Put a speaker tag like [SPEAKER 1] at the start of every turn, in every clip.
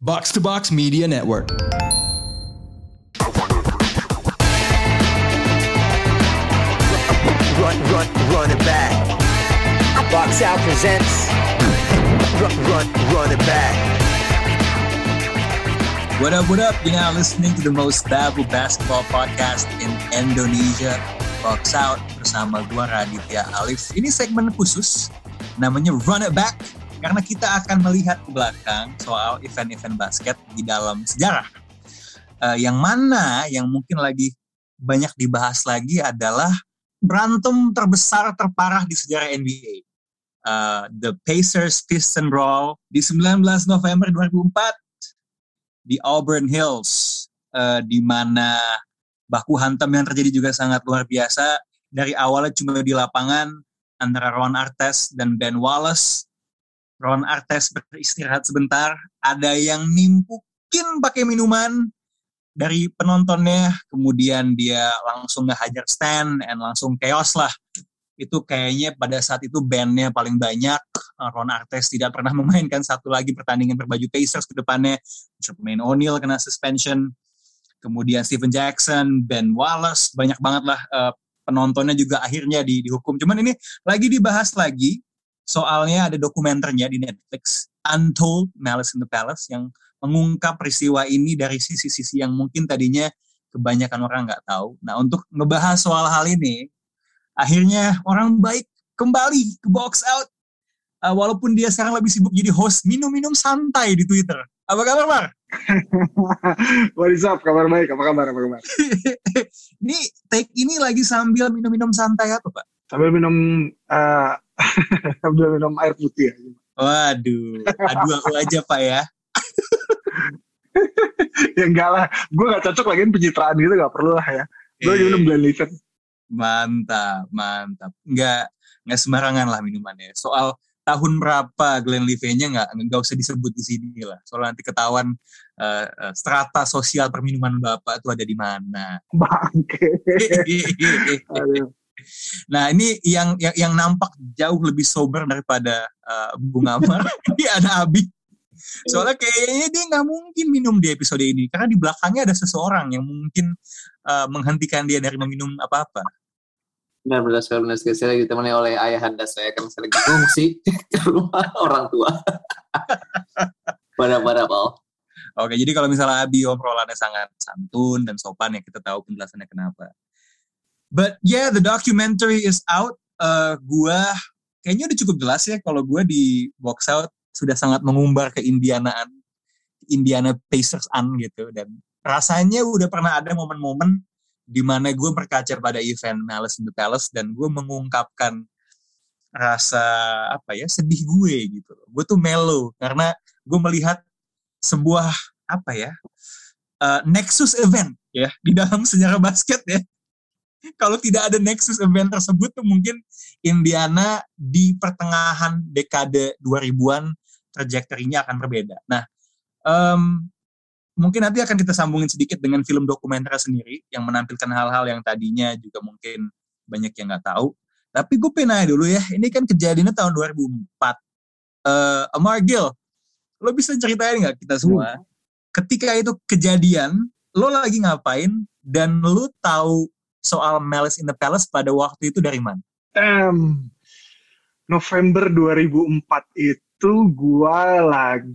[SPEAKER 1] Box to Box Media Network.
[SPEAKER 2] Run it back. Box Out presents. Run it back.
[SPEAKER 3] What up? You're now listening to the most stable basketball podcast in Indonesia, Box Out, bersama gua Raditya Alif. Ini segmen khusus, namanya Run It Back, karena kita akan melihat ke belakang soal event-event basket di dalam sejarah. Yang mana yang mungkin lagi banyak dibahas lagi adalah berantem terbesar terparah di sejarah NBA. The Pacers-Pistons Brawl di 19 November 2004 di Auburn Hills, di mana baku hantam yang terjadi juga sangat luar biasa. Dari awalnya cuma di lapangan antara Ron Artest dan Ben Wallace. Ron Artest beristirahat sebentar, ada yang nimpukin pakai minuman dari penontonnya, kemudian dia langsung ngehajar stand and langsung chaos lah. Itu kayaknya pada saat itu bandnya paling banyak. Ron Artest tidak pernah memainkan satu lagi pertandingan berbaju Pacers ke depannya. Jermaine O'Neal kena suspension, kemudian Stephen Jackson, Ben Wallace, banyak banget lah. Penontonnya juga akhirnya dihukum. Cuman ini lagi dibahas lagi, soalnya ada dokumenternya di Netflix, Untold Malice in the Palace, yang mengungkap peristiwa ini dari sisi-sisi yang mungkin tadinya kebanyakan orang nggak tahu. Nah, untuk ngebahas soal hal ini, akhirnya orang baik kembali ke Box Out. Walaupun dia sekarang lebih sibuk jadi host minum-minum santai di Twitter. Apa kabar, Mar?
[SPEAKER 4] What is up? Kabar baik. Apa kabar?
[SPEAKER 3] Ini take ini lagi sambil minum-minum santai apa, Pak?
[SPEAKER 4] Sambil minum air putih.
[SPEAKER 3] Waduh, adu aja, Pak ya.
[SPEAKER 4] Ya enggak lah, gue gak cocok lagi pencitraan gitu, gak perlu lah ya. Gue minum Glenlivet.
[SPEAKER 3] Mantap. Nggak sembarangan lah minumannya. Soal tahun berapa Glenlivet-nya nggak usah disebut di sini lah. Soal nanti ketahuan strata sosial perminuman Bapak itu ada di mana.
[SPEAKER 4] Bangke.
[SPEAKER 3] Nah, ini yang nampak jauh lebih sober daripada Bung Amar. Ini ada Abi. Soalnya kayaknya dia nggak mungkin minum di episode ini, karena di belakangnya ada seseorang yang mungkin menghentikan dia dari meminum apa-apa.
[SPEAKER 5] Benar sekali. Saya ditemani oleh ayahanda saya, karena saya lagi ngungsi ke rumah orang tua. Pada Paul.
[SPEAKER 3] Oke, jadi kalau misalnya Abi obrolannya sangat santun dan sopan, ya kita tahu penjelasannya kenapa. But yeah, the documentary is out. Gua kayaknya udah cukup jelas ya kalau gua di Box Out sudah sangat mengumbar ke Indiana Pacers-an gitu, dan rasanya udah pernah ada momen-momen di mana gue berkaca pada event Malice in the Palace dan gue mengungkapkan rasa sedih gue gitu. Gue tuh mellow karena gue melihat sebuah nexus event ya di dalam sejarah basket ya. Kalau tidak ada nexus event tersebut tuh mungkin Indiana di pertengahan dekade 2000-an trajektorinya akan berbeda. Nah, mungkin nanti akan kita sambungin sedikit dengan film dokumenter sendiri yang menampilkan hal-hal yang tadinya juga mungkin banyak yang nggak tahu. Tapi gue pengen nanya dulu ya, ini kan kejadiannya tahun 2004. Amar Gil, lo bisa ceritain nggak kita semua, ketika itu kejadian, lo lagi ngapain dan lo tahu soal Malice in the Palace pada waktu itu dari mana?
[SPEAKER 4] November 2004 itu gue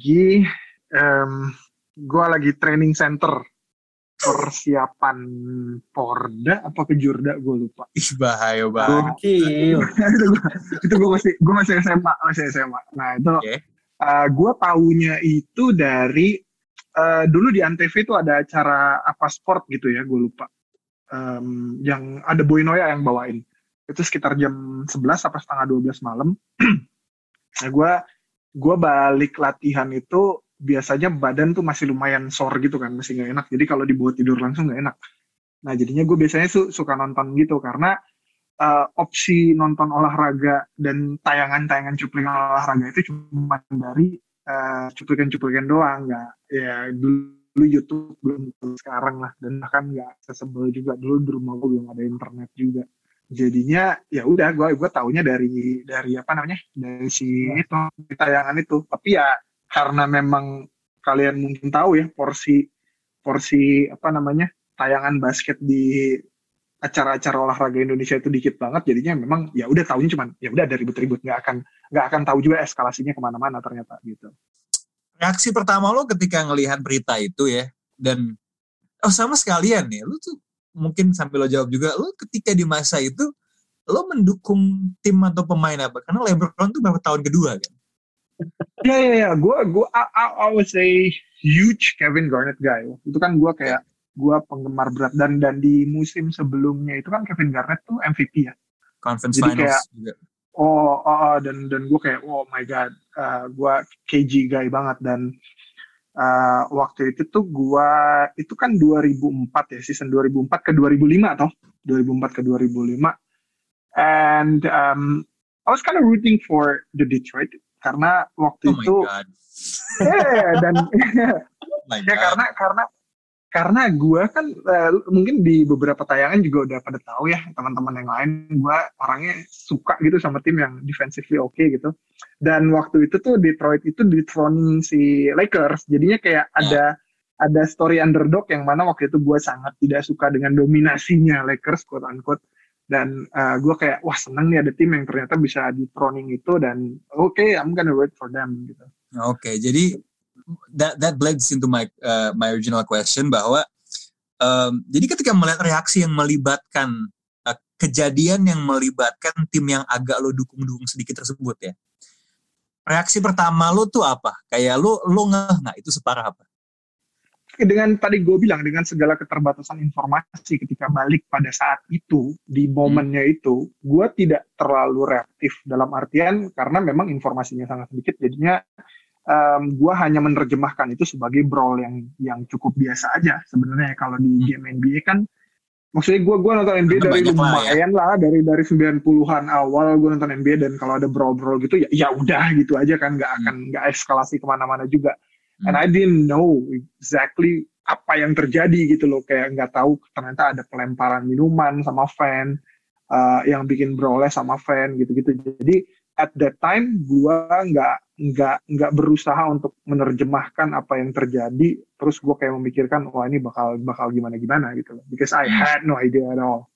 [SPEAKER 4] lagi training center persiapan Porda apa Kejurda, gue lupa.
[SPEAKER 3] Ih, bahaya banget.
[SPEAKER 4] Itu gue masih SMA. Nah itu gue taunya itu dari dulu di Antv itu ada acara apa sport gitu ya, gue lupa. Yang ada Boy Noya yang bawain. Itu sekitar jam 11 apa setengah 12 malam. Nah, gue balik latihan itu biasanya badan tuh masih lumayan sore gitu kan, masih nggak enak. Jadi kalau dibawa tidur langsung nggak enak. Nah, jadinya gue biasanya suka nonton gitu karena opsi nonton olahraga dan tayangan-tayangan cuplikan olahraga itu cuma dari cuplikan-cuplikan doang, nggak ya dulu YouTube belum sekarang lah, dan bahkan nggak accessible juga. Dulu di rumah gue belum ada internet juga. Jadinya ya udah gue taunya dari dari si itu tayangan itu. Tapi ya karena memang kalian mungkin tahu ya, porsi apa namanya, tayangan basket di acara-acara olahraga Indonesia itu dikit banget, jadinya memang ya udah tahunya cuman ya udah ada ribut-ribut, nggak akan tahu juga eskalasinya kemana-mana ternyata gitu.
[SPEAKER 3] Reaksi pertama lo ketika ngelihat berita itu ya, dan sama sekalian nih, lo tuh mungkin sambil lo jawab juga, lo ketika di masa itu lo mendukung tim atau pemain apa? Karena LeBron tuh baru tahun kedua kan.
[SPEAKER 4] Ya, I was a huge Kevin Garnett guy. Itu kan gue kayak gue penggemar berat, dan di musim sebelumnya itu kan Kevin Garnett tuh MVP ya.
[SPEAKER 3] Conference
[SPEAKER 4] jadi
[SPEAKER 3] Finals
[SPEAKER 4] kayak,
[SPEAKER 3] juga.
[SPEAKER 4] Dan gue kayak oh my god, gue KG guy banget, dan waktu itu tuh gue itu kan 2004 ya, season 2004 ke 2005 atau 2004 ke 2005, and I was kind of rooting for the Detroit karena waktu itu dan ya karena gue kan mungkin di beberapa tayangan juga udah pada tahu ya teman-teman yang lain, gue orangnya suka gitu sama tim yang defensively oke gitu, dan waktu itu tuh Detroit itu dethroning si Lakers, jadinya kayak ada story underdog yang mana waktu itu gue sangat tidak suka dengan dominasinya Lakers quote unquote, dan gue kayak wah seneng nih ada tim yang ternyata bisa dethroning itu, dan I'm gonna root for them gitu.
[SPEAKER 3] Oke, jadi that blends into my original question bahwa jadi ketika melihat reaksi yang melibatkan kejadian yang melibatkan tim yang agak lo dukung sedikit tersebut ya, reaksi pertama lo tuh apa? Kayak lo nggak itu separah apa?
[SPEAKER 4] Dengan tadi gue bilang, dengan segala keterbatasan informasi ketika balik pada saat itu, di momennya itu, gue tidak terlalu reaktif dalam artian karena memang informasinya sangat sedikit, jadinya gue hanya menerjemahkan itu sebagai brawl yang cukup biasa aja sebenarnya. Kalau di game NBA kan, maksudnya gue nonton NBA dari lumayan lah, dari 90-an awal gue nonton NBA, dan kalau ada brawl gitu ya udah gitu aja kan, nggak eskalasi kemana-mana juga. And I didn't know exactly apa yang terjadi gitu loh, kayak nggak tahu ternyata ada pelemparan minuman sama fan, yang bikin brawlnya sama fan gitu-gitu. Jadi at that time gue nggak berusaha untuk menerjemahkan apa yang terjadi, terus gue kayak memikirkan wah ini bakal gimana gitu loh, because I had no idea at all.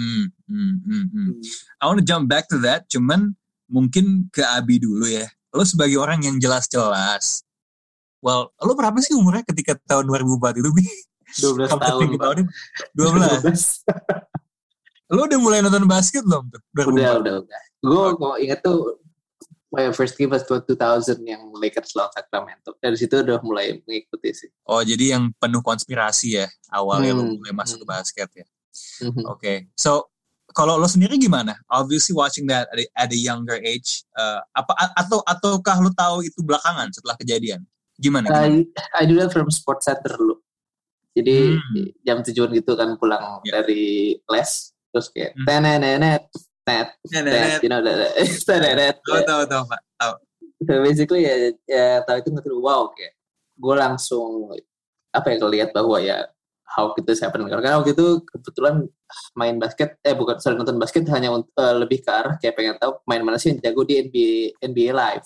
[SPEAKER 3] I want to jump back to that, cuman mungkin ke Abi dulu ya. Lo sebagai orang yang jelas-jelas, well, lo berapa sih umurnya ketika tahun 2004 itu, Bi?
[SPEAKER 5] 12 tahun.
[SPEAKER 3] 12. Lo udah mulai nonton basket belum tuh?
[SPEAKER 5] Udah. Gue inget tuh my first game was 2000 yang Lakers lawan Sacramento. Dari situ udah mulai mengikuti sih. Oh, jadi yang penuh konspirasi ya awalnya lo mulai masuk ke basket ya. Oke. So kalau lo sendiri gimana? Obviously watching that at a younger age, ataukah lo tahu itu belakangan setelah kejadian? Gimana? I do that from Sports Center dulu. Jadi jam 7 gitu kan pulang dari les, terus kayak tenenet, you know that.
[SPEAKER 3] Tahu Pak. Tahu.
[SPEAKER 5] So basically ya tahu itu ngerti, wow, kayak gue langsung ngelihat bahwa ya how this happen. Karena waktu itu kebetulan main basket, nonton basket hanya lebih ke arah kayak pengen tahu main mana sih yang jago di NBA Live.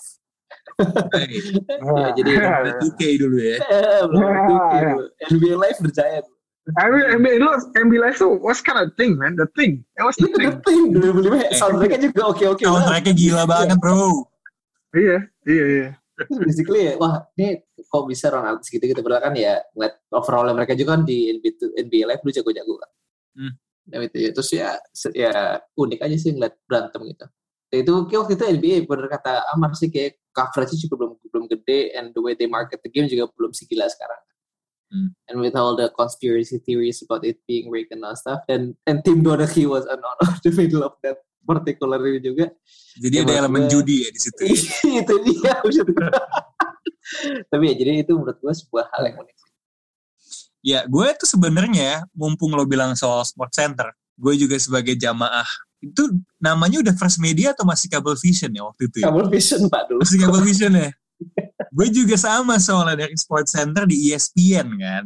[SPEAKER 3] Jadi 2K dulu ya.
[SPEAKER 5] NBA Live berjaya.
[SPEAKER 4] NBA Live tuh was kind of thing, man. The thing. It was the thing.
[SPEAKER 5] 2005 soundtracknya juga oke.
[SPEAKER 3] Soundtracknya gila banget, bro.
[SPEAKER 4] Iya.
[SPEAKER 5] Basically wah ini kok bisa orang artis gitu padahal kan ya ngeliat overall mereka juga kan di NBA Live dulu jago-jago kan. Itu ya, terus ya unik aja sih ngeliat berantem gitu. Itu waktu itu NBA bener kata Amar sih kayak coverage-nya juga belum gede, and the way they market the game juga belum segila sekarang. And with all the conspiracy theories about it being rigged and stuff, and Tim Donaghy was on the middle of that particular ini juga.
[SPEAKER 3] Jadi ada elemen judi ya di situ.
[SPEAKER 5] Itu dia. Tapi ya jadi itu menurut gue sebuah hal yang unik.
[SPEAKER 3] Ya gue tuh sebenarnya mumpung lo bilang soal Sports Center, gue juga sebagai jamaah itu namanya udah First Media atau masih Cablevision ya waktu itu ya?
[SPEAKER 5] Cablevision Pak dulu.
[SPEAKER 3] Masih Cablevision ya? Gue juga sama soalnya dari Sports Center di ESPN kan.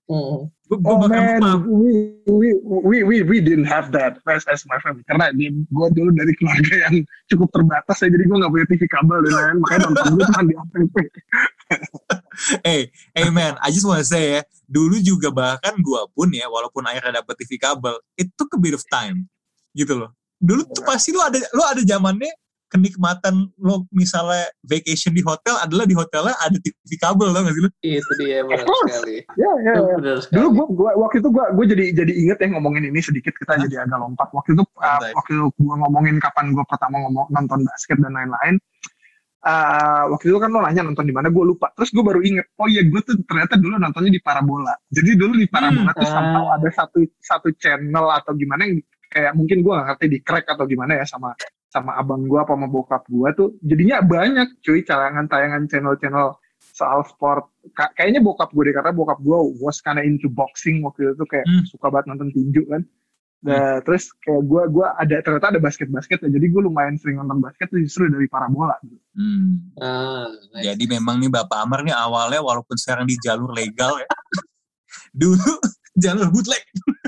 [SPEAKER 4] We didn't have that as my family. Karena gue dulu dari keluarga yang cukup terbatas ya, jadi gue gak punya TV kabel dan lain-lain, makanya nonton gue cuma di ATP.
[SPEAKER 3] Hey man, I just wanna say ya, dulu juga bahkan gua pun ya, walaupun akhirnya dapet TV kabel, it took a bit of time, gitu loh. Dulu tuh pasti lo ada zamannya kenikmatan lo misalnya vacation di hotel adalah di hotelnya ada TV kabel, tau gak sih lo?
[SPEAKER 5] Itu dia benar sekali.
[SPEAKER 4] Ya. Dulu gua waktu itu gua jadi inget ya ngomongin ini sedikit, kita jadi agak lompat. Waktu itu gua ngomongin kapan gua pertama nonton basket dan lain-lain. Waktu itu kan lo nanya nonton di mana, gue lupa. Terus gue baru inget, oh iya gue tuh ternyata dulu nontonnya di Parabola. Jadi dulu di Parabola tuh somehow ada satu channel atau gimana yang kayak mungkin gue nggak ngerti di crack atau gimana ya sama abang gue apa sama bokap gue tuh. Jadinya banyak cuy tayangan channel soal sport. Kayaknya bokap gue deh, karena bokap gue was kinda into boxing waktu itu, kayak suka banget nonton tinju kan. Nah, terus kayak gue ternyata ada basket ya, jadi gue lumayan sering nonton basket tuh justru dari Parabola gitu.
[SPEAKER 3] Nice. Jadi memang nih Bapak Amar nih awalnya walaupun sekarang di jalur legal ya, dulu jalur bootleg.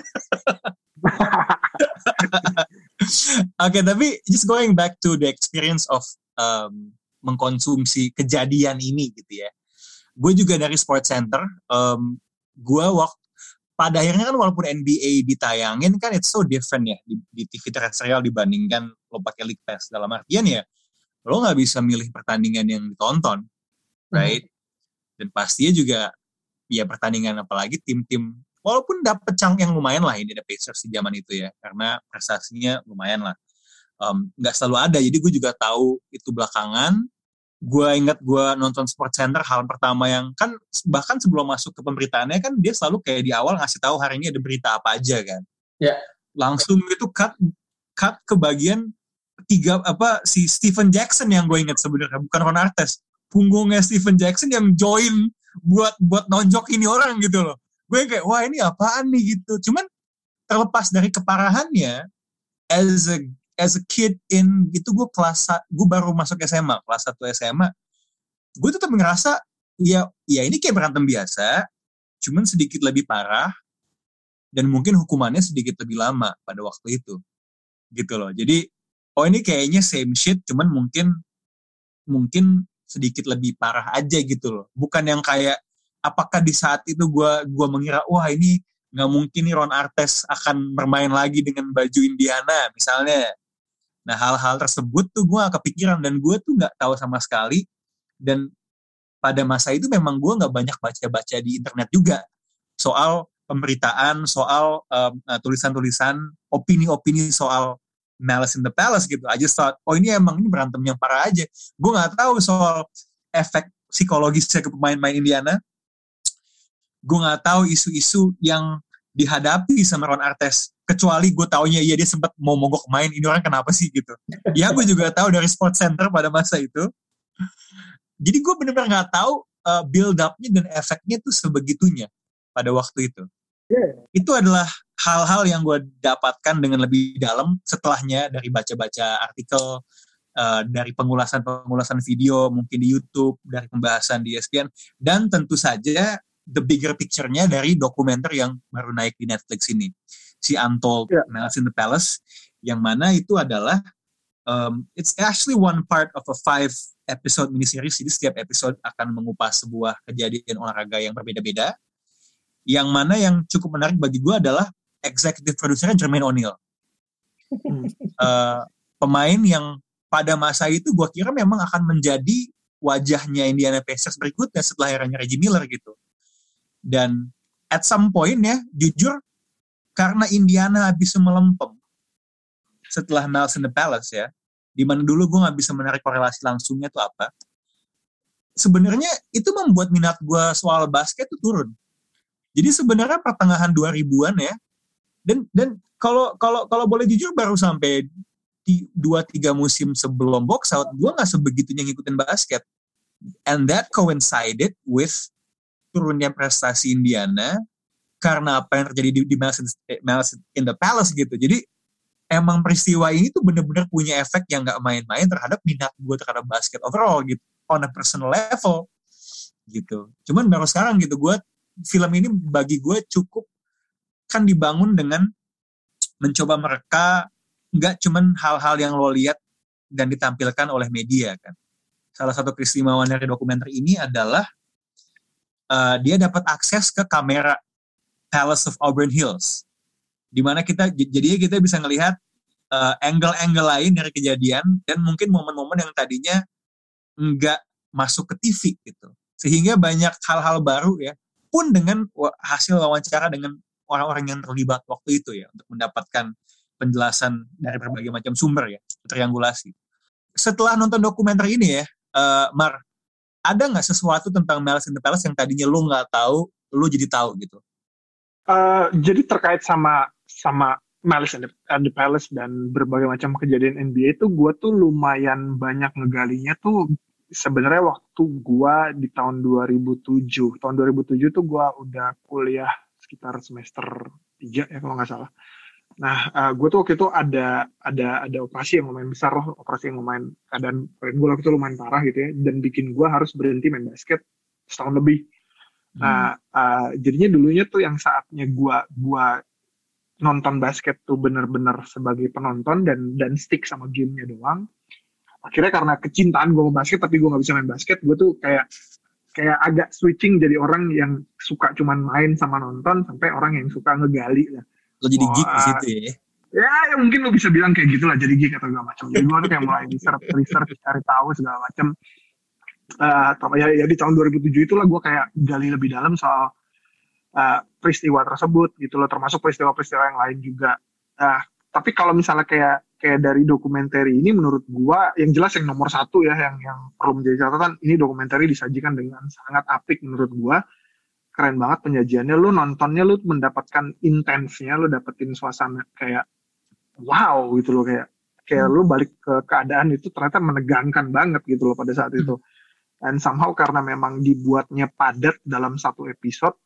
[SPEAKER 3] Oke, tapi just going back to the experience of mengkonsumsi kejadian ini gitu ya. Gue juga dari Sports Center, gue pada akhirnya kan walaupun NBA ditayangin kan it's so different ya di TV terestrial dibandingkan lo pakai League Pass. Dalam artian ya lo nggak bisa milih pertandingan yang ditonton, right? Dan pastinya juga ya pertandingan apalagi tim-tim walaupun dapet chunk yang lumayan lah, ini ada Pacers di zaman itu ya, karena prestasinya lumayan lah. Nggak selalu ada, jadi gue juga tahu itu belakangan. Gue ingat gue nonton Sports Center, hal pertama yang kan bahkan sebelum masuk ke pemberitaannya kan dia selalu kayak di awal ngasih tahu hari ini ada berita apa aja kan.
[SPEAKER 5] Ya.
[SPEAKER 3] Langsung itu cut ke bagian si Stephen Jackson yang gue ingat sebenarnya, bukan Ron Artest. Punggungnya Stephen Jackson yang join buat nonjok ini orang gitu loh. Gue kayak wah ini apaan nih gitu. Cuman terlepas dari keparahannya, as a kid itu gue baru masuk SMA, kelas 1 SMA, gue tetap ngerasa ya ini kayak berantem biasa, cuman sedikit lebih parah dan mungkin hukumannya sedikit lebih lama pada waktu itu gitu loh. Jadi ini kayaknya same shit, cuman mungkin sedikit lebih parah aja gitu loh. Bukan yang kayak apakah di saat itu gue mengira wah ini nggak mungkin nih Ron Artest akan bermain lagi dengan baju Indiana misalnya. Nah hal-hal tersebut tuh gue gak kepikiran, dan gue tuh gak tahu sama sekali. Dan pada masa itu memang gue gak banyak baca-baca di internet juga soal pemberitaan, soal tulisan-tulisan, opini-opini soal Malice in the Palace gitu. I just thought, ini berantem yang parah aja. Gue gak tahu soal efek psikologisnya ke pemain-pemain Indiana. Gue gak tahu isu-isu yang dihadapi sama Ron Artest, kecuali gue taunya dia sempat mau mogok main, ini orang kenapa sih gitu. Ya gue juga tahu dari Sports Center pada masa itu. Jadi gue benar-benar nggak tahu build up-nya dan efeknya tuh sebegitunya pada waktu itu. Itu adalah hal-hal yang gue dapatkan dengan lebih dalam setelahnya, dari baca-baca artikel, dari pengulasan video mungkin di YouTube, dari pembahasan di ESPN, dan tentu saja the bigger picture-nya dari dokumenter yang baru naik di Netflix ini, si Untold Malice in the Palace, yang mana itu adalah it's actually one part of a 5-episode miniseries. Jadi setiap episode akan mengupas sebuah kejadian olahraga yang berbeda-beda, yang mana yang cukup menarik bagi gue adalah executive producernya Jermaine O'Neal, pemain yang pada masa itu gue kira memang akan menjadi wajahnya Indiana Pacers berikutnya setelah eranya Reggie Miller gitu. Dan at some point ya, jujur, karena Indiana habis melempem setelah Malice in the Palace ya, dimana dulu gue gak bisa menarik korelasi langsungnya itu apa, sebenarnya itu membuat minat gue soal basket itu turun. Jadi sebenarnya pertengahan 2000-an ya, dan kalau boleh jujur baru sampai 2-3 musim sebelum box out, gue gak sebegitunya ngikutin basket. And that coincided with turunnya prestasi Indiana karena apa yang terjadi di Malice in the Palace gitu. Jadi emang peristiwa ini tuh bener-bener punya efek yang gak main-main terhadap minat gue terhadap basket overall gitu, on a personal level gitu. Cuman baru sekarang gitu, film ini bagi gue cukup kan dibangun dengan mencoba mereka gak cuman hal-hal yang lo lihat dan ditampilkan oleh media kan, salah satu keistimewaan dari dokumenter ini adalah dia dapat akses ke kamera Palace of Auburn Hills, di mana kita bisa ngelihat angle-angle lain dari kejadian dan mungkin momen-momen yang tadinya nggak masuk ke TV gitu, sehingga banyak hal-hal baru ya, pun dengan hasil wawancara dengan orang-orang yang terlibat waktu itu ya, untuk mendapatkan penjelasan dari berbagai macam sumber ya, triangulasi. Setelah nonton dokumenter ini ya, Mar, ada nggak sesuatu tentang Malice in the Palace yang tadinya lu nggak tahu, lu jadi tahu gitu?
[SPEAKER 4] Jadi terkait sama Malice in the Palace dan berbagai macam kejadian NBA itu, gue tuh lumayan banyak ngegalinya tuh sebenarnya waktu gue di tahun 2007. Tahun 2007 tuh gue udah kuliah sekitar semester 3 ya kalau nggak salah. Nah, gue tuh waktu itu ada operasi yang lumayan besar loh, operasi yang lumayan, keadaan gue waktu itu lumayan parah gitu ya, dan bikin gue harus berhenti main basket setahun lebih. Nah, jadinya dulunya tuh yang saatnya gue nonton basket tuh bener-bener sebagai penonton dan stick sama gamenya doang. Akhirnya karena kecintaan gue sama basket tapi gue nggak bisa main basket, gue tuh kayak agak switching jadi orang yang suka cuman main sama nonton sampai orang yang suka ngegali lah.
[SPEAKER 3] Lo jadi geek di situ ya?
[SPEAKER 4] Ya mungkin lo bisa bilang kayak gitulah, jadi geek atau segala macam. Jadi gue tuh kayak mulai research, cari tahu segala macam. Ya di tahun 2007 itulah gue kayak gali lebih dalam soal peristiwa tersebut gitu loh, termasuk peristiwa-peristiwa yang lain juga. Tapi kalau misalnya kayak dari dokumenter ini, menurut gue yang jelas yang nomor satu ya, yang perlu menjadi catatan, ini dokumenter disajikan dengan sangat apik menurut gue. Keren banget penyajiannya, lu nontonnya lu mendapatkan intensnya, lu dapetin suasana kayak wow gitu loh, kayak lu balik ke keadaan itu ternyata menegangkan banget gitu loh pada saat itu. Dan somehow karena memang dibuatnya padat dalam satu episode,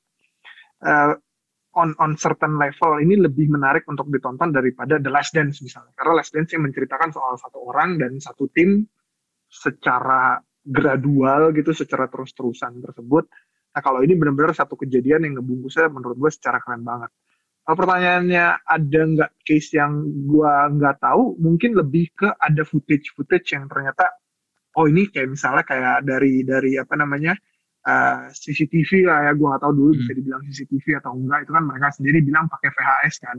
[SPEAKER 4] on certain level ini lebih menarik untuk ditonton daripada The Last Dance misalnya, karena Last Dance yang menceritakan soal satu orang dan satu tim secara gradual gitu, secara terus-terusan tersebut. Nah, kalau ini benar-benar satu kejadian yang ngebungkusnya menurut gue secara keren banget. Kalau pertanyaannya ada nggak case yang gue nggak tahu, mungkin lebih ke ada footage yang ternyata, oh ini kayak misalnya kayak dari apa namanya, CCTV lah ya, gue nggak tahu dulu bisa dibilang CCTV atau enggak, itu kan mereka sendiri bilang pakai VHS kan,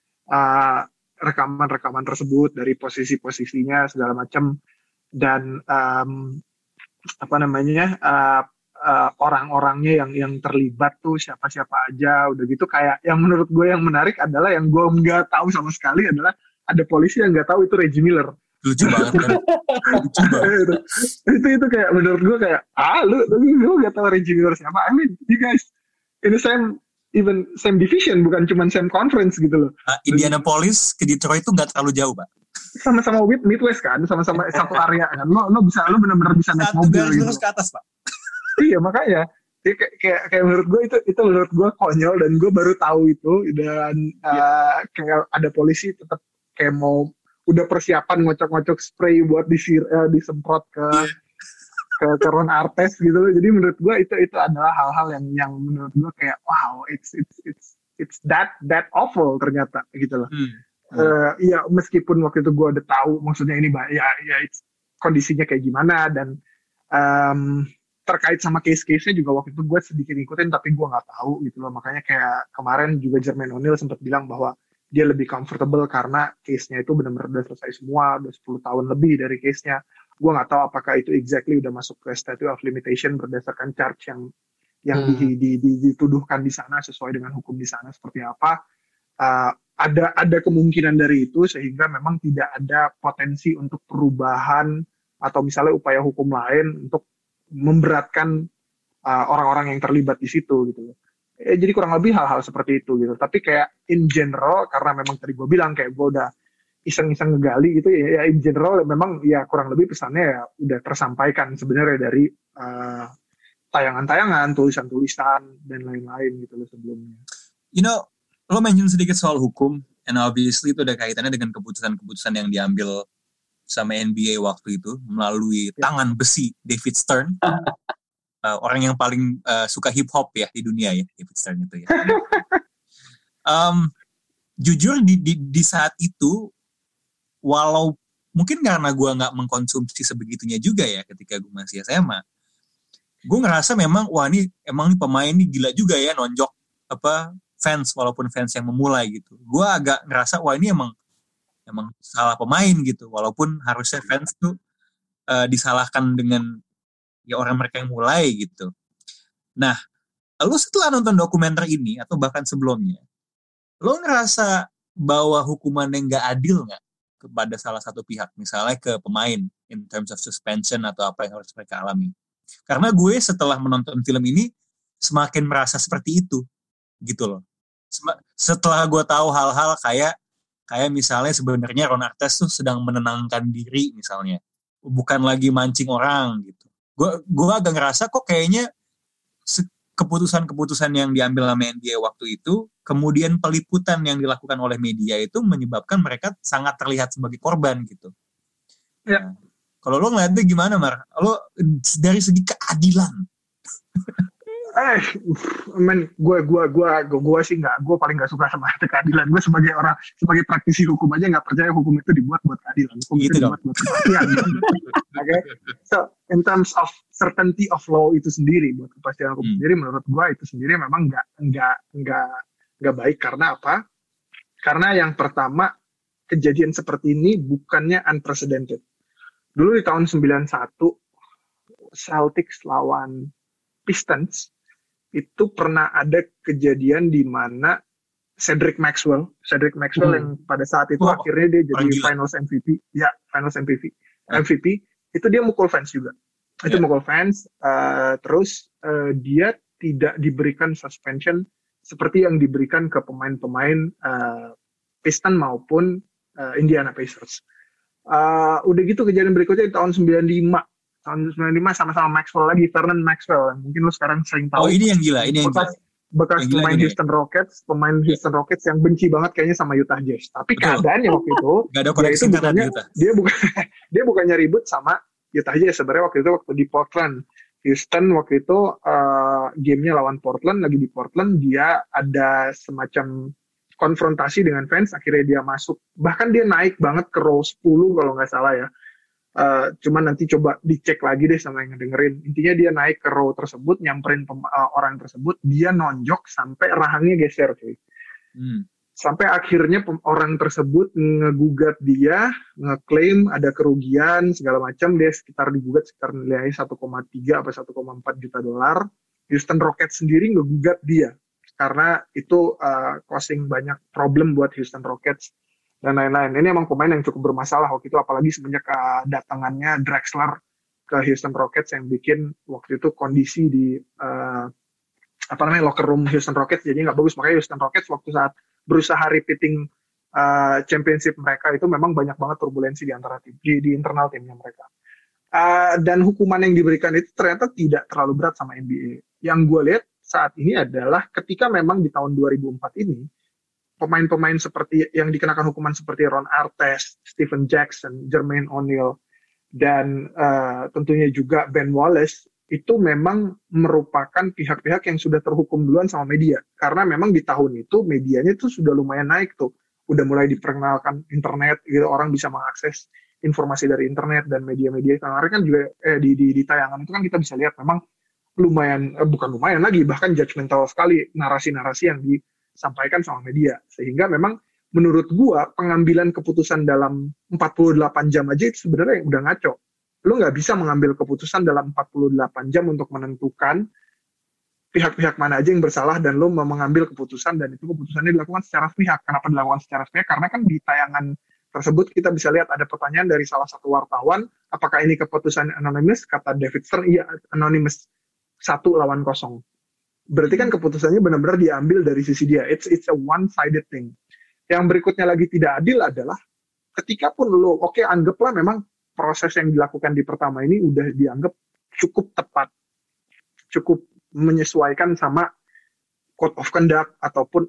[SPEAKER 4] rekaman tersebut dari posisi-posisinya segala macam, dan apa namanya, orang-orangnya yang terlibat tuh siapa-siapa aja, udah gitu kayak yang menurut gue yang menarik adalah yang gue nggak tahu sama sekali adalah ada polisi yang nggak tahu itu Reggie Miller.
[SPEAKER 3] Lucu banget kan? Lucu banget.
[SPEAKER 4] itu kayak menurut gue kayak lu nggak tahu Reggie Miller siapa? I mean, you guys in the same division, bukan cuma same conference gitu loh.
[SPEAKER 3] Indianapolis ke Detroit itu nggak terlalu jauh, Pak.
[SPEAKER 4] Sama-sama Midwest kan, sama-sama satu area kan. Lu benar-benar bisa naik mobil gitu.
[SPEAKER 3] Terus ke atas, Pak.
[SPEAKER 4] Iya, makanya kayak menurut gue itu menurut gue konyol, dan gue baru tahu itu, dan kayak ada polisi tetap kayak mau udah persiapan ngocok-ngocok spray buat disemprot ke Ron Artest gitu loh. Jadi menurut gue itu adalah hal-hal yang menurut gue kayak wow, it's that awful ternyata gitu loh. Ya meskipun waktu itu gue udah tahu maksudnya ini ya kondisinya kayak gimana, dan terkait sama case-case-nya juga waktu itu gue sedikit ngikutin tapi gue nggak tahu gitu loh. Makanya kayak kemarin juga Jermaine O'Neal sempat bilang bahwa dia lebih comfortable karena case-nya itu benar-benar udah selesai semua, udah 10 tahun lebih dari case-nya. Gue nggak tahu apakah itu exactly udah masuk ke statute of limitation berdasarkan charge yang dituduhkan di sana sesuai dengan hukum di sana seperti apa. Ada kemungkinan dari itu sehingga memang tidak ada potensi untuk perubahan atau misalnya upaya hukum lain untuk memberatkan orang-orang yang terlibat di situ gitu. Jadi kurang lebih hal-hal seperti itu gitu. Tapi kayak in general, karena memang tadi gue bilang kayak gue udah iseng-iseng ngegali gitu ya, in general memang ya kurang lebih pesannya ya udah tersampaikan sebenarnya dari tayangan-tayangan, tulisan-tulisan dan lain-lain gitu loh sebelumnya.
[SPEAKER 3] You know, lo mention sedikit soal hukum, and obviously itu ada kaitannya dengan keputusan-keputusan yang diambil sama NBA waktu itu melalui tangan besi David Stern, orang yang paling suka hip hop ya di dunia ya, David Stern itu ya. Jujur di saat itu, walau mungkin karena gue nggak mengkonsumsi sebegitunya juga ya ketika gue masih SMA. Gue ngerasa memang wah ini emang pemain ini gila juga ya nonjok fans walaupun fans yang memulai gitu. Gue agak ngerasa wah ini emang salah pemain gitu, walaupun harusnya fans tuh disalahkan dengan ya orang mereka yang mulai gitu. Nah, lu setelah nonton dokumenter ini atau bahkan sebelumnya, lu ngerasa bahwa hukumannya nggak adil nggak kepada salah satu pihak, misalnya ke pemain in terms of suspension atau apa yang harus mereka alami? Karena gue setelah menonton film ini semakin merasa seperti itu gitu loh. Setelah gue tahu hal-hal kayak misalnya sebenarnya Ron Artest tuh sedang menenangkan diri misalnya, bukan lagi mancing orang gitu. Gue agak ngerasa kok kayaknya keputusan-keputusan yang diambil sama NBA waktu itu, kemudian peliputan yang dilakukan oleh media itu menyebabkan mereka sangat terlihat sebagai korban gitu. Ya. Nah, kalau lo ngeliatnya gimana, Mar? Lo dari segi keadilan?
[SPEAKER 4] Gue sih nggak, gue paling nggak suka sama keadilan. Gue sebagai praktisi hukum aja nggak percaya hukum itu dibuat buat keadilan. Hukum
[SPEAKER 3] gitu
[SPEAKER 4] itu dibuat buat kepastian. Okay? So in terms of certainty of law itu sendiri, buat kepastian hukum sendiri, menurut gue itu sendiri memang nggak baik. Karena apa? Karena yang pertama, kejadian seperti ini bukannya unprecedented. Dulu di tahun 91 Celtics lawan Pistons itu pernah ada kejadian di mana Cedric Maxwell yang pada saat itu akhirnya dia jadi Finals MVP, MVP itu dia mukul fans juga. Itu mukul fans, terus dia tidak diberikan suspension seperti yang diberikan ke pemain-pemain Pistons maupun Indiana Pacers. Udah gitu kejadian berikutnya di tahun 95 sama-sama Maxwell lagi, Vernon Maxwell. Mungkin lu sekarang sering tahu.
[SPEAKER 3] Oh, ini yang gila,
[SPEAKER 4] bekas pemain Houston Rockets yang benci banget kayaknya sama Utah Jazz. Tapi keadaannya waktu itu dia bukannya ribut sama Utah Jazz. Sebenarnya waktu di Portland. Houston waktu itu gamenya lawan Portland, lagi di Portland, dia ada semacam konfrontasi dengan fans, akhirnya dia masuk. Bahkan dia naik banget ke row 10 kalau nggak salah ya. Cuman nanti coba dicek lagi deh sama yang ngedengerin. Intinya dia naik ke row tersebut, nyamperin orang tersebut, dia nonjok sampai rahangnya geser, cuy. Sampai akhirnya orang tersebut ngegugat dia, ngeklaim ada kerugian segala macam, dia digugat sekitar nilai 1,3 atau 1,4 juta dolar. Houston Rockets sendiri ngegugat dia karena itu causing banyak problem buat Houston Rockets dan lain-lain. Ini emang pemain yang cukup bermasalah waktu itu, apalagi semenjak datangannya Drexler ke Houston Rockets yang bikin waktu itu kondisi di locker room Houston Rockets jadi nggak bagus. Makanya Houston Rockets waktu saat berusaha repeating championship mereka itu memang banyak banget turbulensi di antara tim, di internal timnya mereka. Dan hukuman yang diberikan itu ternyata tidak terlalu berat sama NBA. Yang gue lihat saat ini adalah ketika memang di tahun 2004 ini pemain-pemain seperti yang dikenakan hukuman seperti Ron Artest, Stephen Jackson, Jermaine O'Neal, dan tentunya juga Ben Wallace, itu memang merupakan pihak-pihak yang sudah terhukum duluan sama media. Karena memang di tahun itu medianya itu sudah lumayan naik tuh. Udah mulai diperkenalkan internet, gitu, orang bisa mengakses informasi dari internet dan media-media. Kemarin kan juga di tayangan itu kan kita bisa lihat memang bukan lumayan lagi, bahkan judgmental sekali narasi-narasi yang disampaikan sama media. Sehingga memang menurut gua pengambilan keputusan dalam 48 jam aja itu sebenarnya udah ngaco. Lu nggak bisa mengambil keputusan dalam 48 jam untuk menentukan pihak-pihak mana aja yang bersalah dan lu mengambil keputusan, dan itu keputusannya dilakukan secara sepihak. Kenapa dilakukan secara sepihak? Karena kan di tayangan tersebut kita bisa lihat ada pertanyaan dari salah satu wartawan, apakah ini keputusan anonymous? Kata David Stern, iya anonymous, 1-0. Berarti kan keputusannya benar-benar diambil dari sisi dia. It's a one-sided thing. Yang berikutnya lagi tidak adil adalah ketika pun lu, anggaplah memang proses yang dilakukan di pertama ini udah dianggap cukup tepat, cukup menyesuaikan sama code of conduct ataupun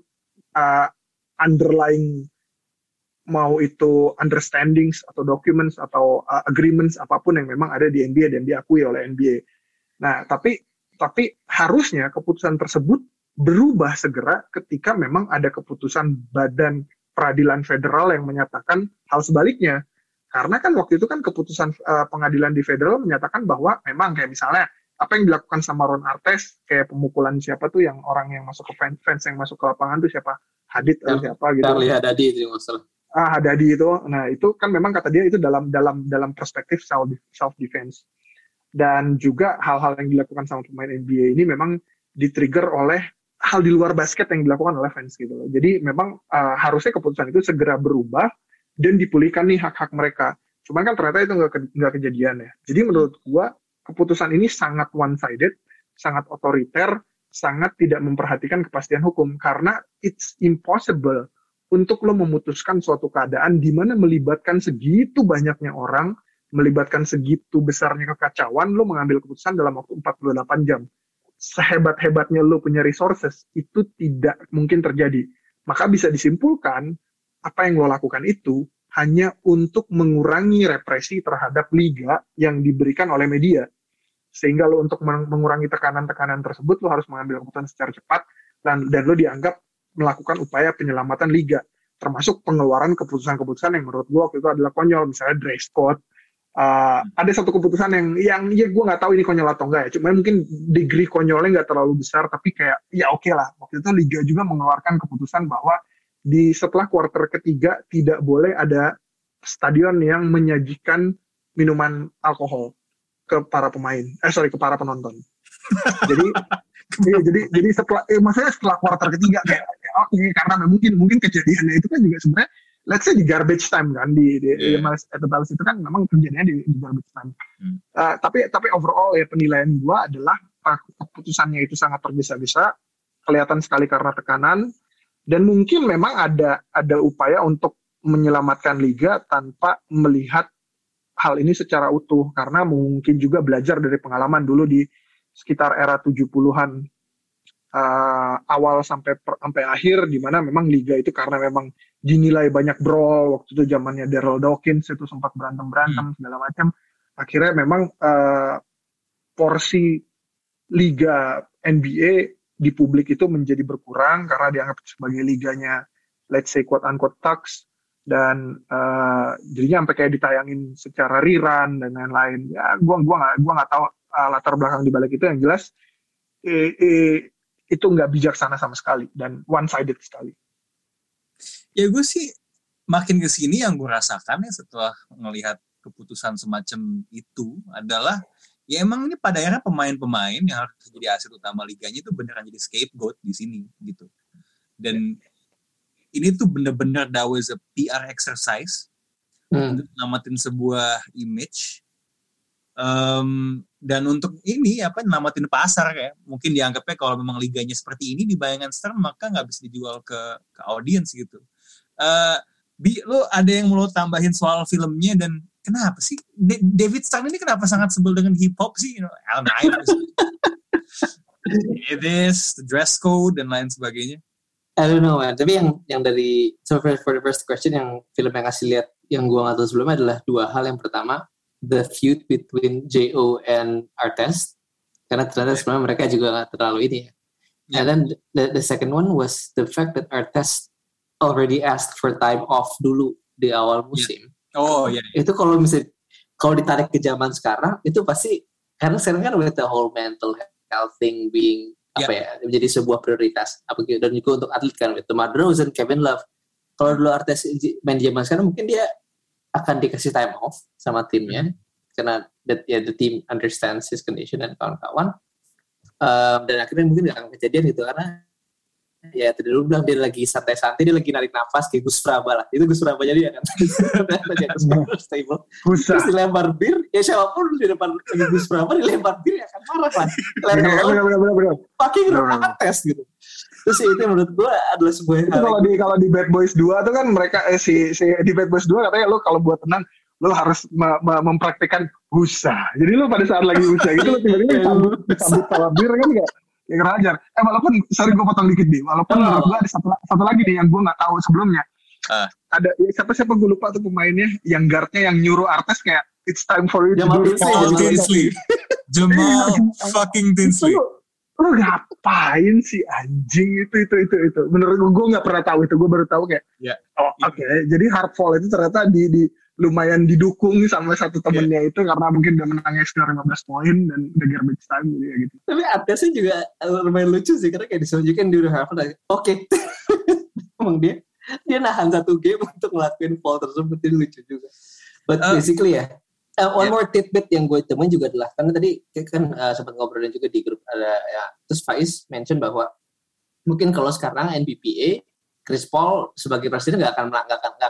[SPEAKER 4] underlying, mau itu understandings atau documents atau agreements apapun yang memang ada di NBA dan diakui oleh NBA. Nah, tapi harusnya keputusan tersebut berubah segera ketika memang ada keputusan Badan Peradilan Federal yang menyatakan hal sebaliknya. Karena kan waktu itu kan keputusan pengadilan di federal menyatakan bahwa memang kayak misalnya apa yang dilakukan sama Ron Artest, kayak pemukulan siapa tuh yang orang yang masuk ke fans yang masuk ke lapangan tuh siapa? Hadid atau siapa gitu.
[SPEAKER 5] Charlie Hadadi itu masalah.
[SPEAKER 4] Hadadi itu. Nah, itu kan memang kata dia itu dalam perspektif self defense. Dan juga hal-hal yang dilakukan sama pemain NBA ini memang di-trigger oleh hal di luar basket yang dilakukan oleh fans gitu loh. Jadi memang harusnya keputusan itu segera berubah dan dipulihkan nih hak-hak mereka. Cuman kan ternyata itu nggak kejadian ya. Jadi menurut gua keputusan ini sangat one-sided, sangat otoriter, sangat tidak memperhatikan kepastian hukum. Karena it's impossible untuk lo memutuskan suatu keadaan di mana melibatkan segitu banyaknya orang, melibatkan segitu besarnya kekacauan, lo mengambil keputusan dalam waktu 48 jam. Sehebat-hebatnya lo punya resources, itu tidak mungkin terjadi. Maka bisa disimpulkan, apa yang lo lakukan itu hanya untuk mengurangi represi terhadap liga yang diberikan oleh media. Sehingga lo untuk mengurangi tekanan-tekanan tersebut, lo harus mengambil keputusan secara cepat, dan lo dianggap melakukan upaya penyelamatan liga. Termasuk pengeluaran keputusan-keputusan yang menurut gue waktu itu adalah konyol, misalnya dress code. Ada satu keputusan yang ya gue nggak tahu ini konyol atau enggak ya, cuma mungkin degree konyolnya nggak terlalu besar, tapi kayak ya oke lah. Waktu itu liga juga mengeluarkan keputusan bahwa setelah kuarter ketiga tidak boleh ada stadion yang menyajikan minuman alkohol ke para ke para penonton. jadi maksudnya setelah kuarter ketiga kayak oke, karena mungkin kejadiannya itu kan juga sebenarnya let's say di garbage time kan di Etabalis itu kan memang kejadiannya di garbage time. Tapi overall ya penilaian gua adalah keputusannya itu sangat tergesa-gesa, kelihatan sekali karena tekanan, dan mungkin memang ada upaya untuk menyelamatkan liga tanpa melihat hal ini secara utuh, karena mungkin juga belajar dari pengalaman dulu di sekitar era 70-an awal sampai akhir, di mana memang liga itu karena memang dinilai banyak brawl. Waktu itu zamannya Daryl Dawkins itu sempat berantem segala macam. Akhirnya memang porsi liga NBA di publik itu menjadi berkurang karena dianggap sebagai liganya let's say quote unquote thugs, dan jadinya sampai kayak ditayangin secara rerun dan lain-lain. Ya gua nggak tahu latar belakang di balik itu. Yang jelas itu nggak bijaksana sama sekali dan one-sided sekali.
[SPEAKER 3] Ya gue sih makin kesini yang gue rasakan ya setelah ngelihat keputusan semacam itu adalah ya emang ini pada akhirnya pemain-pemain yang harus jadi aset utama liganya itu beneran jadi scapegoat di sini gitu. Dan ini tuh bener-bener that was a PR exercise untuk nyelamatin sebuah image. Dan untuk ini nyelamatin pasar kayak mungkin dianggapnya kalau memang liganya seperti ini di bayangan Stern maka nggak bisa dijual ke audiens gitu. Lo ada yang mau lo tambahin soal filmnya dan kenapa sih David Stern ini kenapa sangat sebel dengan hip hop sih? Allen Iverson, it is the dress code dan lain sebagainya.
[SPEAKER 5] I don't know man. Tapi yang dari for the first question yang film yang kasih lihat yang gua nggak tahu sebelumnya adalah dua hal. Yang pertama, the feud between J.O. and Artest, karena ternyata sebenarnya mereka juga nggak terlalu ini ya. And then the second one was the fact that Artest already asked for time off dulu di awal musim. Itu kalau ditarik ke zaman sekarang itu pasti karena sekarang kan with the whole mental health thing being menjadi sebuah prioritas dan juga untuk atlet kan, with DeMar DeRozan, Kevin Love. Kalau dulu Artest main zaman sekarang mungkin dia akan dikasih time off sama timnya karena the team understands his condition dan kawan-kawan, dan akhirnya mungkin nggak akan kejadian gitu karena ya tadi lu bilang dia lagi santai-santai, dia lagi narik nafas kayak Gus Praba lah, itu Gus Praba jadi ya kan stable terus dilempar bir, ya siapapun di depan Gus Praba dilempar bir ya kan marah kan, pakai Artest gitu. Terus itu menurut gue adalah sebuah
[SPEAKER 4] hal. Kalau di Bad Boys 2 tuh kan mereka si di Bad Boys 2 katanya lo kalau buat tenang lo harus mempraktikkan husa. Jadi lo pada saat lagi husa gitu lo tiba-tiba disambut sama bir kan kayak ngerajar. Walaupun sorry gue potong dikit nih. Walaupun menurut gue ada satu lagi nih yang gue nggak tahu sebelumnya. Ada siapa gue lupa tuh pemainnya yang guardnya yang nyuruh Artest kayak it's time for you to do
[SPEAKER 3] it. Jamal fucking Tinsley.
[SPEAKER 4] Lu ngapain sih anjing itu menurut gue nggak pernah tahu itu, gue baru tahu kayak oke. Jadi hard fall itu ternyata lumayan didukung sama satu temennya itu karena mungkin udah menang extra 15 poin dan udah garbage time gitu.
[SPEAKER 5] Tapi Artesnya juga lumayan lucu sih karena kayak ditunjukin di Harvard. Oke. Emang dia nahan satu game untuk ngelakuin foul tersebut, itu lucu juga. But basically one more tidbit yang gue temuin juga adalah karena tadi kan sempat ngobrolin juga di grup ada ya, terus Faiz mention bahwa mungkin kalau sekarang NBPA Chris Paul sebagai presiden nggak akan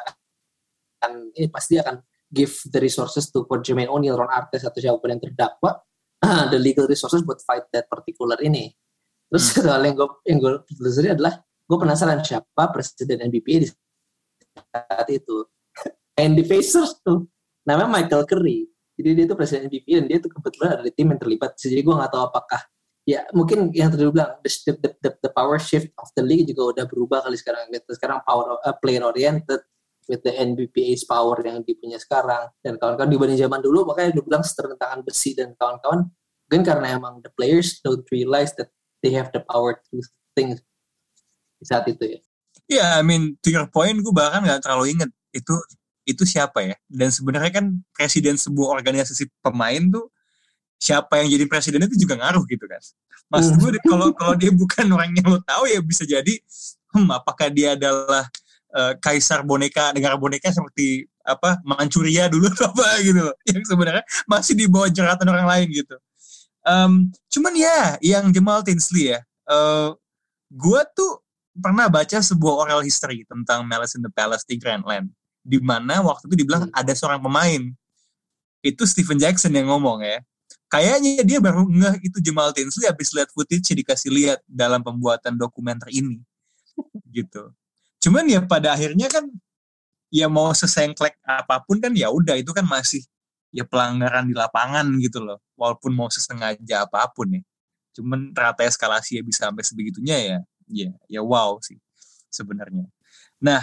[SPEAKER 5] ini pasti akan give the resources to for Jermaine O'Neal, Ron Artest atau siapapun yang terdakwa the legal resources buat fight that particular ini. Terus hal yang gue telusuri adalah gue penasaran siapa presiden NBPA di saat itu. And the Pacers tuh namanya Michael Curry. Jadi dia tuh presiden NBPA dan dia tuh kebetulan ada di tim yang terlibat. Jadi gue nggak tahu apakah ya mungkin yang tadi bilang the power shift of the league juga udah berubah kali sekarang. Sekarang power player oriented with the NBPA's power yang dipunya sekarang dan kawan-kawan dibanding zaman dulu makanya dia bilang serentangan besi dan kawan-kawan mungkin karena emang the players don't realize that they have the power to things di saat itu ya.
[SPEAKER 3] Yeah, I mean to your point gue bahkan nggak terlalu inget itu siapa ya, dan sebenarnya kan presiden sebuah organisasi pemain tuh siapa yang jadi presiden itu juga ngaruh gitu kan. Maksud gue kalau dia bukan orang yang lo tahu ya bisa jadi apakah dia adalah kaisar boneka, negara boneka seperti apa Manchuria dulu atau apa gitu loh, yang sebenarnya masih di bawah jeratan orang lain gitu. Cuman ya yang Jamal Tinsley ya, gue tuh pernah baca sebuah oral history tentang Malice in the Palace di Grandland, di mana waktu itu dibilang ada seorang pemain, itu Stephen Jackson yang ngomong ya, kayaknya dia baru ngeh itu Jamal Tinsley habis lihat footage dikasih lihat dalam pembuatan dokumenter ini gitu. Cuman ya pada akhirnya kan ya mau sesengklek apapun kan ya udah itu kan masih ya pelanggaran di lapangan gitu loh, walaupun mau sesengaja apapun ya. Cuman rata eskalasi ya bisa sampai sebegitunya ya wow sih sebenarnya. Nah,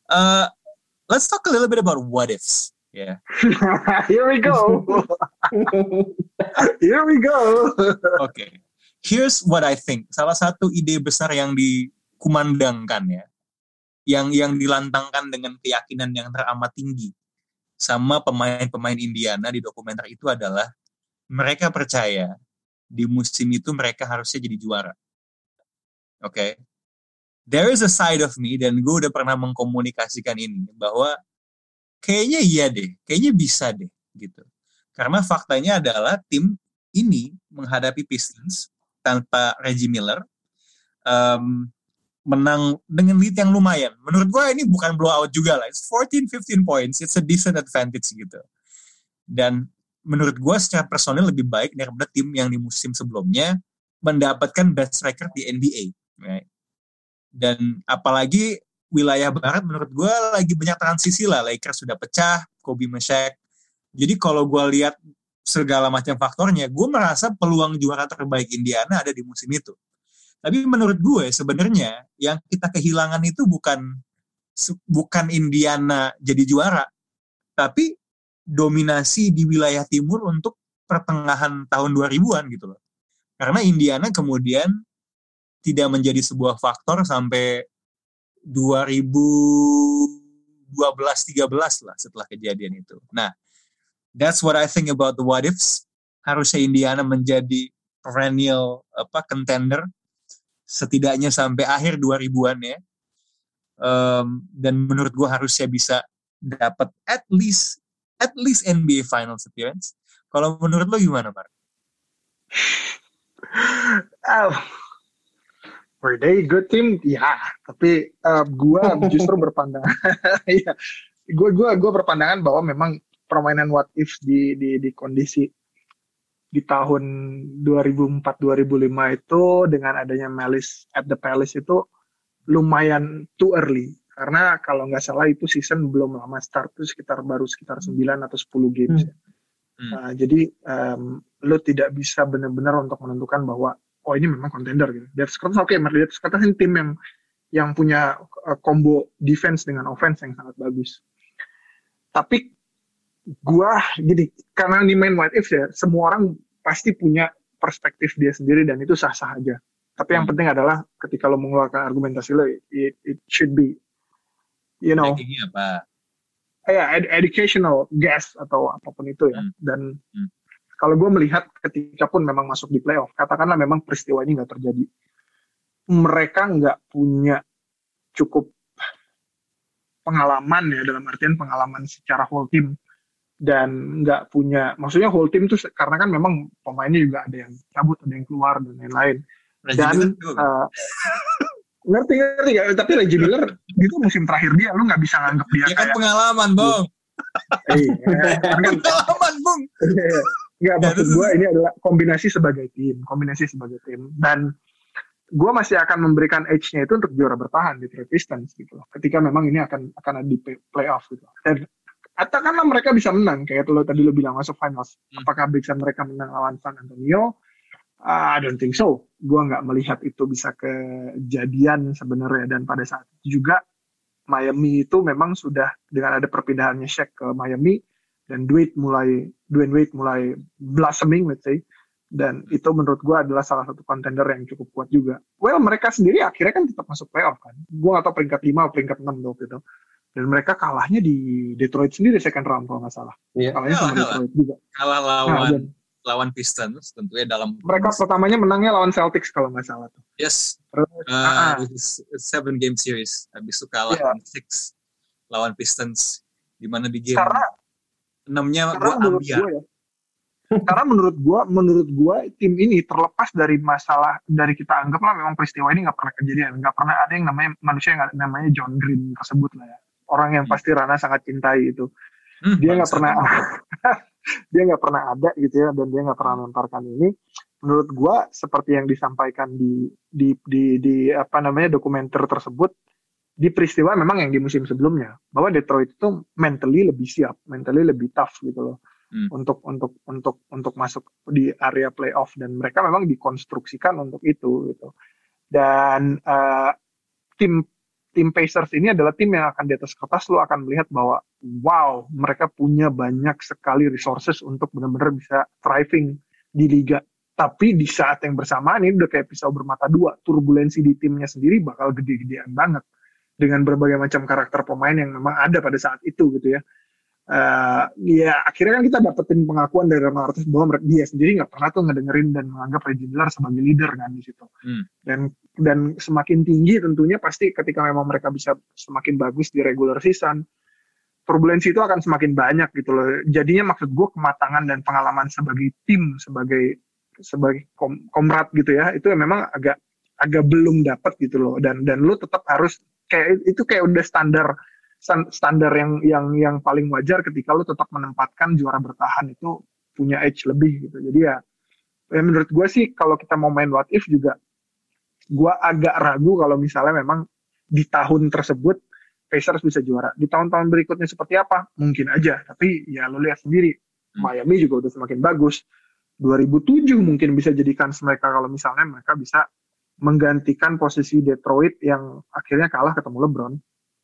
[SPEAKER 3] let's talk a little bit about what ifs. Yeah.
[SPEAKER 4] Here we go.
[SPEAKER 3] Okay. Here's what I think. Salah satu ide besar yang dikumandangkan ya, yang dilantangkan dengan keyakinan yang teramat tinggi sama pemain-pemain Indiana di dokumenter itu adalah mereka percaya di musim itu mereka harusnya jadi juara. Okay. There is a side of me, dan gue udah pernah mengkomunikasikan ini, bahwa kayaknya iya deh, kayaknya bisa deh gitu. Karena faktanya adalah tim ini menghadapi Pistons tanpa Reggie Miller, menang dengan lead yang lumayan. Menurut gue ini bukan blowout juga lah. It's 14-15 points. It's a decent advantage gitu. Dan menurut gue secara personal lebih baik daripada tim yang di musim sebelumnya mendapatkan best record di NBA. Right? Dan apalagi wilayah barat menurut gue lagi banyak transisi lah. Lakers sudah pecah, Kobe Shaq. Jadi kalau gue lihat segala macam faktornya, gue merasa peluang juara terbaik Indiana ada di musim itu. Tapi menurut gue sebenarnya yang kita kehilangan itu bukan Indiana jadi juara, tapi dominasi di wilayah timur untuk pertengahan tahun 2000-an gitu loh. Karena Indiana kemudian tidak menjadi sebuah faktor sampai 2012-13 lah setelah kejadian itu. Nah, that's what I think about the what ifs. Harusnya Indiana menjadi perennial contender setidaknya sampai akhir 2000-an ya. Dan menurut gue harusnya bisa dapat at least NBA Finals appearance. Kalau menurut lo gimana, Mark?
[SPEAKER 4] Were they good team? Ya, tapi gue justru berpandangan, ya, gue berpandangan bahwa memang permainan what ifs di kondisi di tahun 2004-2005 itu dengan adanya Malice at the Palace itu lumayan too early. Karena kalau nggak salah itu season belum lama start, itu baru sekitar 9 atau 10 games. Jadi lo tidak bisa benar-benar untuk menentukan bahwa oh ini memang contender gitu. Di atas kertas oke, di atas kertas ini tim yang punya combo defense dengan offense yang sangat bagus. Tapi gua gini, karena di main what if ya, semua orang pasti punya perspektif dia sendiri dan itu sah-sah aja. Tapi yang penting adalah ketika lo mengeluarkan argumentasi lo, it should be, you know.
[SPEAKER 3] Backingnya apa?
[SPEAKER 4] educational guest atau apapun itu ya. Dan kalau gue melihat ketika pun memang masuk di playoff, katakanlah memang peristiwa ini nggak terjadi, mereka nggak punya cukup pengalaman ya, dalam artian pengalaman secara whole team, dan nggak punya, maksudnya whole team tuh karena kan memang pemainnya juga ada yang cabut, ada yang keluar dan lain-lain. Dan ngerti ya, tapi Reggie Miller itu musim terakhir dia, lu nggak bisa nganggap dia
[SPEAKER 3] kan kayak pengalaman, Bang. Pengalaman, Bang.
[SPEAKER 4] Nggak, maksud gue ini adalah kombinasi sebagai tim, dan gue masih akan memberikan edge-nya itu untuk juara bertahan di Detroit Pistons gitu loh. Ketika memang ini akan ada di playoff gitu. Dan katakanlah mereka bisa menang, kayak tadi lo bilang masuk finals. Apakah bisa mereka menang lawan San Antonio? I don't think so. Gue nggak melihat itu bisa kejadian sebenarnya. Dan pada saat itu juga Miami itu memang sudah dengan ada perpindahannya Shaq ke Miami dan Dwayne Wade mulai blossoming, let's say. Dan itu menurut gue adalah salah satu contender yang cukup kuat juga. Well, mereka sendiri akhirnya kan tetap masuk playoff kan. Gue nggak tahu peringkat 5 atau peringkat 6 waktu itu. Dan mereka kalahnya di Detroit sendiri second round kalau nggak salah. Kalahnya sama Detroit juga.
[SPEAKER 3] Kalah lawan Pistons tentunya dalam.
[SPEAKER 4] Mereka pertamanya menangnya lawan Celtics kalau nggak salah tuh.
[SPEAKER 3] Yes. Terus 7 game series. Habis itu kalah 6 lawan Pistons. Di mana di game 6-nya gue ambiar.
[SPEAKER 4] Karena menurut gua tim ini terlepas dari masalah, dari kita anggaplah memang peristiwa ini nggak pernah kejadian, nggak pernah ada yang namanya manusia yang namanya John Green tersebut lah ya, orang yang pasti Rana sangat cintai itu. Dia nggak pernah ada gitu ya, dan dia nggak pernah melemparkan ini. Menurut gua seperti yang disampaikan di dokumenter tersebut, di peristiwa memang yang di musim sebelumnya, bahwa Detroit itu mentally lebih siap, mentally lebih tough gitu loh. Untuk masuk di area playoff, dan mereka memang dikonstruksikan untuk itu gitu. Dan tim Pacers ini adalah tim yang akan di atas kertas lo akan melihat bahwa wow, mereka punya banyak sekali resources untuk benar-benar bisa thriving di liga. Tapi di saat yang bersamaan ini udah kayak pisau bermata dua, turbulensi di timnya sendiri bakal gede-gedean banget dengan berbagai macam karakter pemain yang memang ada pada saat itu gitu ya. Ya akhirnya kan kita dapetin pengakuan dari Marcus bahwa dia sendiri nggak pernah tuh ngedengerin dan menganggap Reggie Miller sebagai leader kan di situ. Dan semakin tinggi tentunya pasti ketika memang mereka bisa semakin bagus di regular season, turbulensi itu akan semakin banyak gitu loh. Jadinya maksud gue kematangan dan pengalaman sebagai tim, sebagai komrad gitu ya, itu memang agak belum dapat gitu loh. Dan lu tetap harus kayak itu, kayak udah standar yang paling wajar ketika lu tetap menempatkan juara bertahan itu punya edge lebih gitu. Jadi ya menurut gue sih kalau kita mau main what if juga, gue agak ragu kalau misalnya memang di tahun tersebut Pacers bisa juara. Di tahun-tahun berikutnya seperti apa? Mungkin aja, tapi ya lu lihat sendiri, Miami juga udah semakin bagus. 2007 mungkin bisa jadi kans mereka kalau misalnya mereka bisa menggantikan posisi Detroit yang akhirnya kalah ketemu LeBron.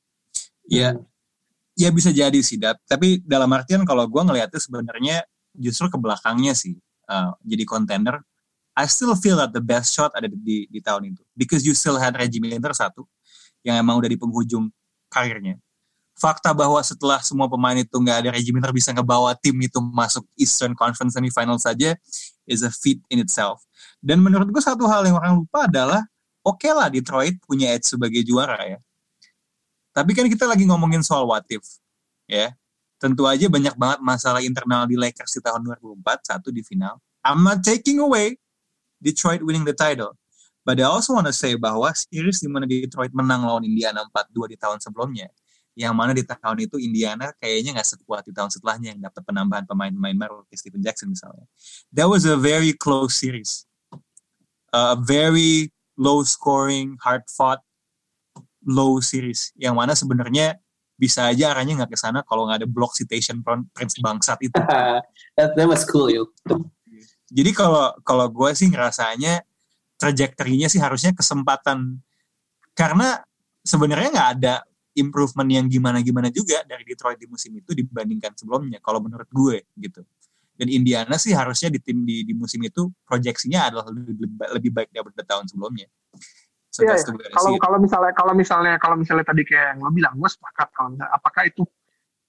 [SPEAKER 3] Ya bisa jadi sih, tapi dalam artian kalau gue ngeliatnya sebenarnya justru ke belakangnya sih, jadi contender. I still feel that the best shot ada di tahun itu, because you still had Reggie Miller satu, yang emang udah di penghujung karirnya. Fakta bahwa setelah semua pemain itu nggak ada, Reggie Miller bisa ngebawa tim itu masuk Eastern Conference semifinal saja is a feat in itself. Dan menurut gue satu hal yang orang lupa adalah, oke lah Detroit punya edge sebagai juara ya. Tapi kan kita lagi ngomongin soal what if, ya. Tentu aja banyak banget masalah internal di Lakers di tahun 2004, satu di final. I'm not taking away Detroit winning the title. But I also want to say bahwa series di mana Detroit menang lawan Indiana 4-2 di tahun sebelumnya, yang mana di tahun itu Indiana kayaknya nggak sekuat di tahun setelahnya yang dapat penambahan pemain-pemain baru kayak Stephen Jackson misalnya. That was a very close series. A very low scoring, hard fought, low series, yang mana sebenarnya bisa aja arahnya nggak ke sana kalau nggak ada block citation Prince bangsat itu.
[SPEAKER 5] That was cool, yo.
[SPEAKER 3] Jadi kalau gue sih ngerasanya trajektorinya sih harusnya kesempatan, karena sebenarnya nggak ada improvement yang gimana juga dari Detroit di musim itu dibandingkan sebelumnya kalau menurut gue gitu. Dan Indiana sih harusnya di tim di musim itu proyeksinya adalah lebih baik daripada tahun sebelumnya. So
[SPEAKER 4] yeah. Kalau misalnya tadi kayak yang lo bilang, gue sepakat kalau misalnya apakah itu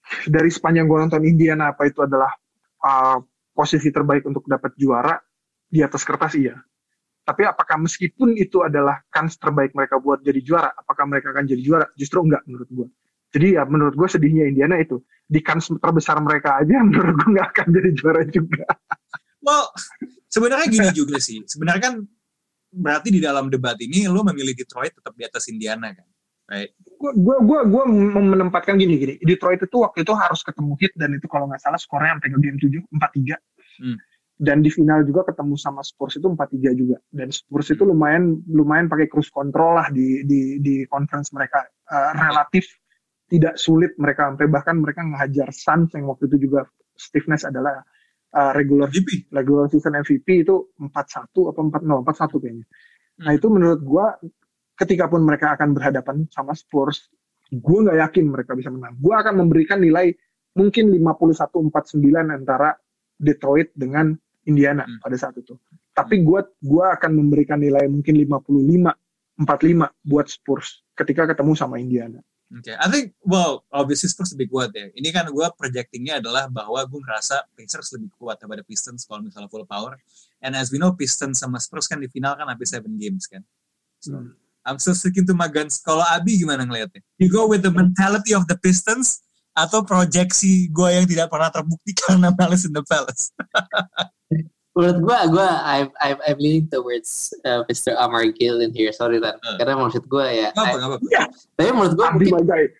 [SPEAKER 4] dari sepanjang gue nonton Indiana apa itu adalah posisi terbaik untuk dapat juara di atas kertas iya. Tapi apakah meskipun itu adalah kans terbaik mereka buat jadi juara, apakah mereka akan jadi juara? Justru enggak menurut gue. Jadi ya menurut gue sedihnya Indiana itu di kans terbesar mereka aja menurut gue nggak akan jadi juara juga.
[SPEAKER 3] Well, sebenarnya gini juga sih. Sebenarnya kan berarti di dalam debat ini lo memilih Detroit tetap di atas Indiana kan, right?
[SPEAKER 4] Gue menempatkan gini. Detroit itu waktu itu harus ketemu Heat dan itu kalau nggak salah skornya sampai ke game 7 4-3. Dan di final juga ketemu sama Spurs itu 4-3 juga. Dan Spurs itu lumayan pakai cruise control lah di conference mereka. Relatif tidak sulit mereka sampai bahkan mereka ngehajar Suns yang waktu itu juga Steve Nash adalah regular season MVP itu 4-1 apa 4-1 kayaknya. Nah itu menurut gue ketika pun mereka akan berhadapan sama Spurs, gue nggak yakin mereka bisa menang. Gue akan memberikan nilai mungkin 51-49 antara Detroit dengan Indiana pada saat itu. Tapi gue akan memberikan nilai mungkin 55-45 buat Spurs ketika ketemu sama Indiana.
[SPEAKER 3] Okay, I think, well, obviously Spurs lebih kuat ya. Ini kan gue projectingnya adalah bahwa gue ngerasa Pacers lebih kuat daripada Pistons kalau misalnya full power. And as we know, Pistons sama Spurs kan di final kan habis 7 games kan. So, I'm still sticking to my guns. Kalau Abi gimana ngeliatnya? You go with the mentality of the Pistons atau proyeksi gue yang tidak pernah terbukti karena Malice in the Palace?
[SPEAKER 5] Menurut gue I'm leaning towards Mr. Amar Gill in here. Sorry Lan, karena maksud gue ya.
[SPEAKER 3] Apa?
[SPEAKER 5] Tapi menurut gue
[SPEAKER 4] mungkin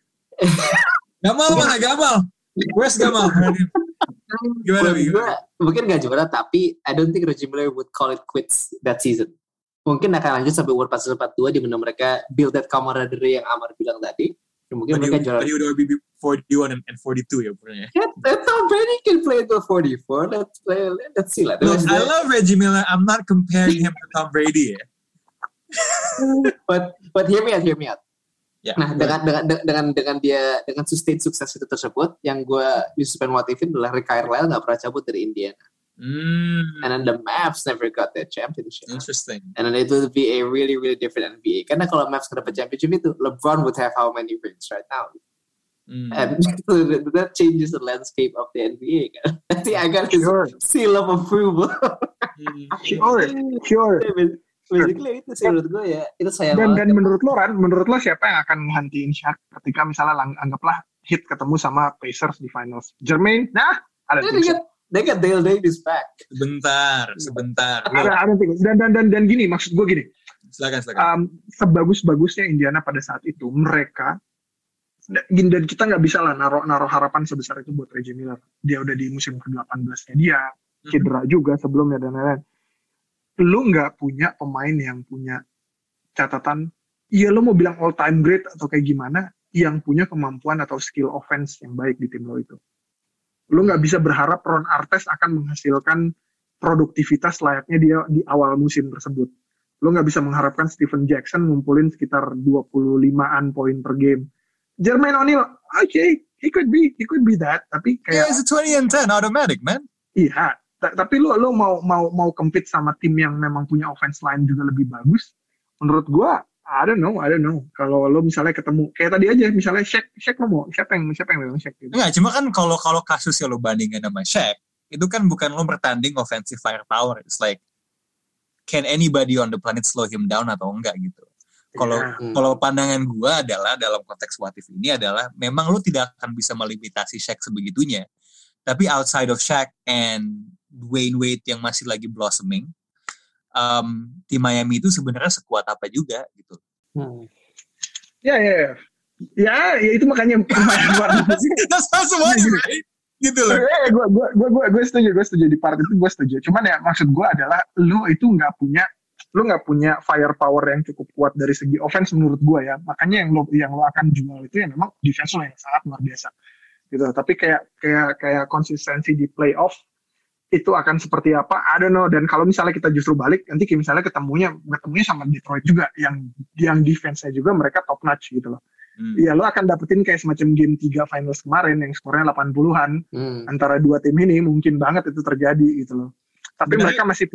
[SPEAKER 3] Gamal mana Gamal? Where's Gamal? Gimana?
[SPEAKER 5] Mungkin gak juara, tapi I don't think Reggie Miller would call it quits that season. Mungkin akan lanjut sampai World Pass 42 di mana mereka build that camaraderie yang Amar bilang tadi. Mungkin mereka juara.
[SPEAKER 3] But he would be 41 and 42 ya pokoknya.
[SPEAKER 5] Tom Brady can play until 44. Let's see lah.
[SPEAKER 3] Look, I love Reggie Miller. I'm not comparing him to Tom Brady ya.
[SPEAKER 5] But hear me out.
[SPEAKER 3] Yeah,
[SPEAKER 5] nah, dengan dia dengan sustain sukses itu tersebut, yang gue suspend motivin adalah Rick Carlisle nggak pernah cabut dari Indiana. And then the Mavs never got that championship.
[SPEAKER 3] Interesting.
[SPEAKER 5] And then it would be a really, really different NBA. Karena kalau Mavs dapat championship itu, LeBron would have how many rings right now? And that changes the landscape of the NBA. Kan? Nanti I got his seal of approval.
[SPEAKER 4] Sure.
[SPEAKER 5] Basically itu sih menurut gue ya. Itu sayang banget.
[SPEAKER 4] Dan menurut lo siapa yang akan menghantiin Shaq ketika misalnya anggaplah Heat ketemu sama Pacers di finals? Jermaine? Nah, ada
[SPEAKER 5] They got Dale Davis back.
[SPEAKER 3] Sebentar.
[SPEAKER 4] Ada dan gini, maksud gue gini.
[SPEAKER 3] Silakan.
[SPEAKER 4] Sebagus-bagusnya Indiana pada saat itu, mereka dan kita nggak bisa lah naruh harapan sebesar itu buat Reggie Miller. Dia udah di musim ke-18-nya dia, cedera juga sebelumnya dan lain-lain. Lu nggak punya pemain yang punya catatan, iya lu mau bilang all time great atau kayak gimana, yang punya kemampuan atau skill offense yang baik di tim lo itu. Lu nggak bisa berharap Ron Artest akan menghasilkan produktivitas layaknya dia di awal musim tersebut. Lu nggak bisa mengharapkan Stephen Jackson ngumpulin sekitar 25-an poin per game. Jermaine O'Neal, okay, he could be that, tapi kayak
[SPEAKER 3] it's a 20 and 10 automatic, man.
[SPEAKER 4] Iya, tapi lu mau compete sama tim yang memang punya offense line juga lebih bagus. Menurut gua, I don't know. Kalau lo misalnya ketemu kayak tadi aja, misalnya Shaq lo mau siapa yang memang Shaq gitu.
[SPEAKER 3] Enggak, cuma kan kalau kasus yang lo bandingin sama Shaq, itu kan bukan lo bertanding offensive firepower. It's like, can anybody on the planet slow him down atau enggak gitu. Kalau pandangan gue adalah dalam konteks what if ini adalah memang lo tidak akan bisa melimitasi Shaq sebegitunya. Tapi outside of Shaq and Dwayne Wade yang masih lagi blossoming, tim Miami itu sebenarnya sekuat apa juga gitu.
[SPEAKER 4] Ya itu makanya
[SPEAKER 3] That's possible, right? Gitu loh.
[SPEAKER 4] Gue setuju di part itu gue setuju. Cuman ya maksud gue adalah lu nggak punya firepower yang cukup kuat dari segi offense menurut gue ya. Makanya yang lo akan jual itu ya memang defense lo yang sangat luar biasa. Gitu. Tapi kayak konsistensi di playoff itu akan seperti apa? I don't know. Dan kalau misalnya kita justru balik, nanti misalnya ketemunya sama Detroit juga, yang defense-nya juga mereka top notch gitu loh. Ya lo akan dapetin kayak semacam game 3 finals kemarin yang skornya 80-an antara dua tim ini, mungkin banget itu terjadi gitu loh. Tapi mereka masih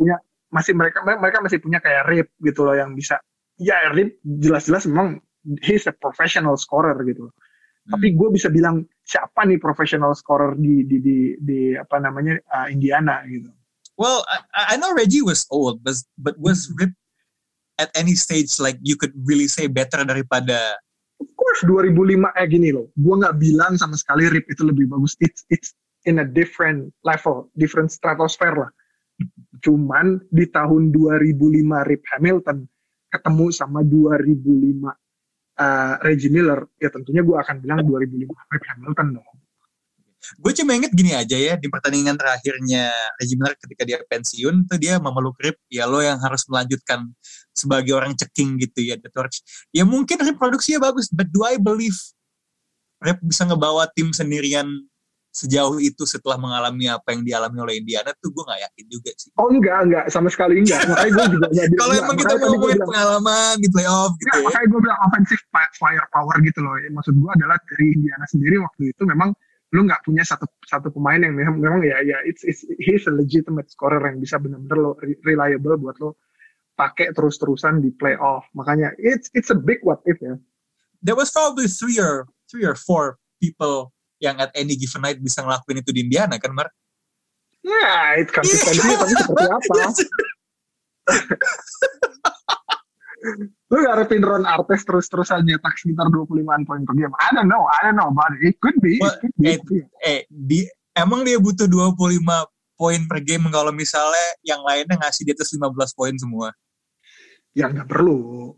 [SPEAKER 4] punya kayak Rip gitu loh yang bisa. Ya Rip jelas-jelas memang he's a professional scorer gitu loh. Tapi gue bisa bilang siapa nih professional scorer di apa namanya Indiana gitu.
[SPEAKER 3] Well, I know Reggie was old, but was Rip at any stage like you could really say better daripada?
[SPEAKER 4] Of course 2005 gini loh. Gua nggak bilang sama sekali Rip itu lebih bagus. It's in a different level, different stratosphere lah. Cuman di tahun 2005 Rip Hamilton ketemu sama 2005 Reggie Miller, ya tentunya gue akan bilang 2005 Rip Hamilton dong.
[SPEAKER 3] Gue cuma inget gini aja ya, di pertandingan terakhirnya Reggie Miller ketika dia pensiun tuh dia memeluk Rip, ya lo yang harus melanjutkan sebagai orang ceking gitu ya, the torch. Ya mungkin Rip produksinya bagus, but do I believe Rip bisa ngebawa tim sendirian sejauh itu setelah mengalami apa yang dialami oleh Indiana tuh gue nggak yakin juga sih.
[SPEAKER 4] Oh enggak, sama sekali enggak. Makanya gue juga
[SPEAKER 3] kalau emang kita mau ngomongin pengalaman di playoff gitu ya.
[SPEAKER 4] Makanya gue bilang offensive firepower gitu loh. Maksud gue adalah dari Indiana sendiri waktu itu memang lu nggak punya satu pemain yang memang ya he's a legitimate scorer yang bisa benar-benar lo reliable buat lo pakai terus-terusan di playoff. Makanya it's a big what if ya.
[SPEAKER 3] There was probably three or four people yang at any given night bisa ngelakuin itu di Indiana kan, Mar?
[SPEAKER 4] Ya, itu konsistensi tapi seperti apa? Lu ngarepin Ron Artest terus-terusan nyetak sekitar 25-an poin per game. I don't know, but it could be.
[SPEAKER 3] Emang dia butuh 25 poin per game kalau misalnya yang lainnya ngasih di atas 15 poin semua?
[SPEAKER 4] Ya nggak perlu.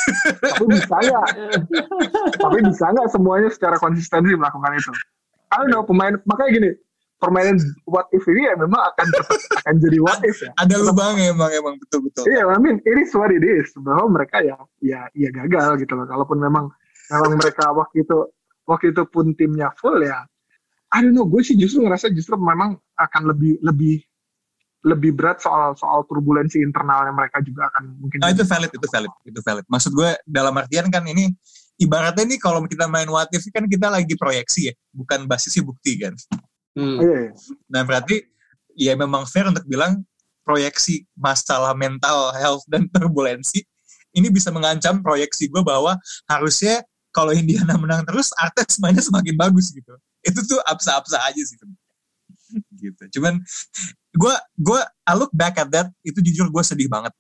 [SPEAKER 4] Tapi bisa nggak semuanya secara konsistensi melakukan itu? I don't know, makanya gini, permainan what if ini ya memang akan jadi what if ya.
[SPEAKER 3] Ada lubangnya emang betul-betul.
[SPEAKER 4] Iya, I mean it is what it is. Bahwa mereka ya gagal gitu loh. Kalaupun memang mereka waktu itu pun timnya full ya. I don't know, gue sih justru ngerasa memang akan lebih berat soal turbulensi internalnya mereka juga akan mungkin.
[SPEAKER 3] Itu valid. Maksud gue dalam artian kan ini ibaratnya nih kalau kita main what if kan kita lagi proyeksi ya, bukan basisnya bukti kan. Nah berarti ya memang fair untuk bilang proyeksi masalah mental health dan turbulensi ini bisa mengancam proyeksi gue bahwa harusnya kalau Indiana menang terus Artest mainnya semakin bagus gitu. Itu tuh absa-absa aja sih gitu. Cuman gue I look back at that, itu jujur gue sedih banget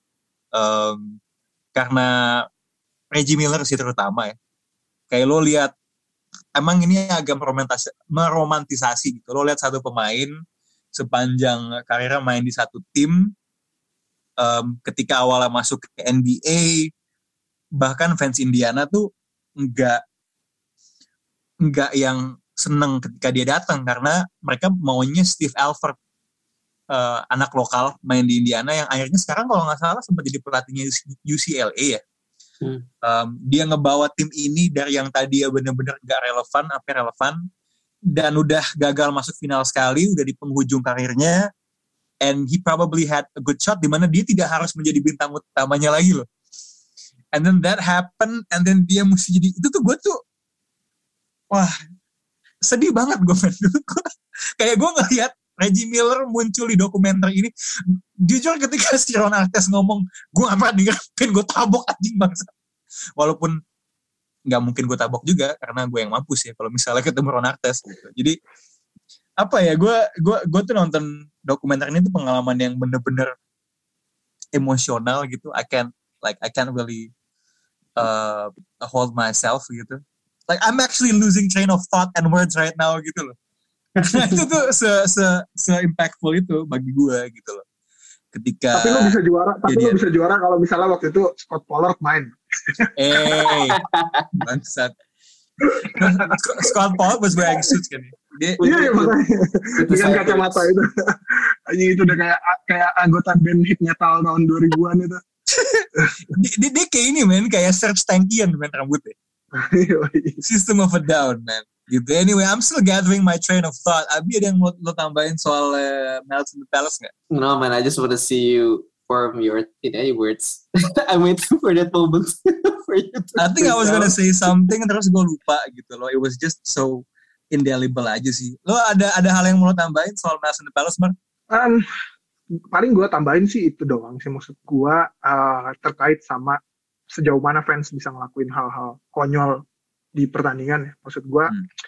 [SPEAKER 3] karena Reggie Miller sih terutama ya. Kayak lo lihat emang ini agak meromantisasi gitu. Lo lihat satu pemain sepanjang karirnya main di satu tim, ketika awalnya masuk ke NBA, bahkan fans Indiana tuh enggak yang seneng ketika dia datang karena mereka maunya Steve Alford, anak lokal main di Indiana yang akhirnya sekarang kalau nggak salah sempat jadi pelatihnya UCLA ya. Dia ngebawa tim ini dari yang tadi ya benar-benar gak relevan, relevan dan udah gagal masuk final sekali, udah di penghujung karirnya, and he probably had a good shot di mana dia tidak harus menjadi bintang utamanya lagi loh. And then that happened, and then dia mesti jadi itu tuh gue tuh wah sedih banget gue kayak gue ngeliat Reggie Miller muncul di dokumenter ini. Jujur ketika si Ron Artest ngomong, gue gak pernah dengerin, gue tabok anjing bangsa. Walaupun gak mungkin gue tabok juga, karena gue yang mampus ya kalau misalnya ketemu Ron Artest gitu. Jadi apa ya, gue tuh nonton dokumenter ini tuh pengalaman yang bener-bener emosional gitu. I can't really hold myself gitu. Like I'm actually losing train of thought and words right now gitu loh. Nah itu tuh se-impactful itu bagi gue gitu loh. Ketika
[SPEAKER 4] Tapi lo bisa juara kalau misalnya waktu itu Scott Pollard main.
[SPEAKER 3] Bangsat. Scott Pollard was wearing suits kan.
[SPEAKER 4] Iya makanya. Dengan kacamata itu. Anjing itu udah kayak anggota band hip metal tahun 2000-an itu.
[SPEAKER 3] dia kayak ini men, kayak Serge Tankian men rambutnya. System of a Down man. Gitu. Anyway, I'm still gathering my train of thought. Abi ada yang mau lo tambahin soal Malice in the Palace nggak?
[SPEAKER 5] No man, I just want to see you form your in any words. I'm waiting for that moment for you to
[SPEAKER 3] I think I was gonna say something terus gue lupa gitu loh. It was just so indelible aja sih. Lo ada hal yang mau lo tambahin soal Malice in the Palace, Mar?
[SPEAKER 4] Paling gue tambahin sih itu doang sih, maksud gue terkait sama sejauh mana fans bisa ngelakuin hal-hal konyol di pertandingan ya. Maksud gue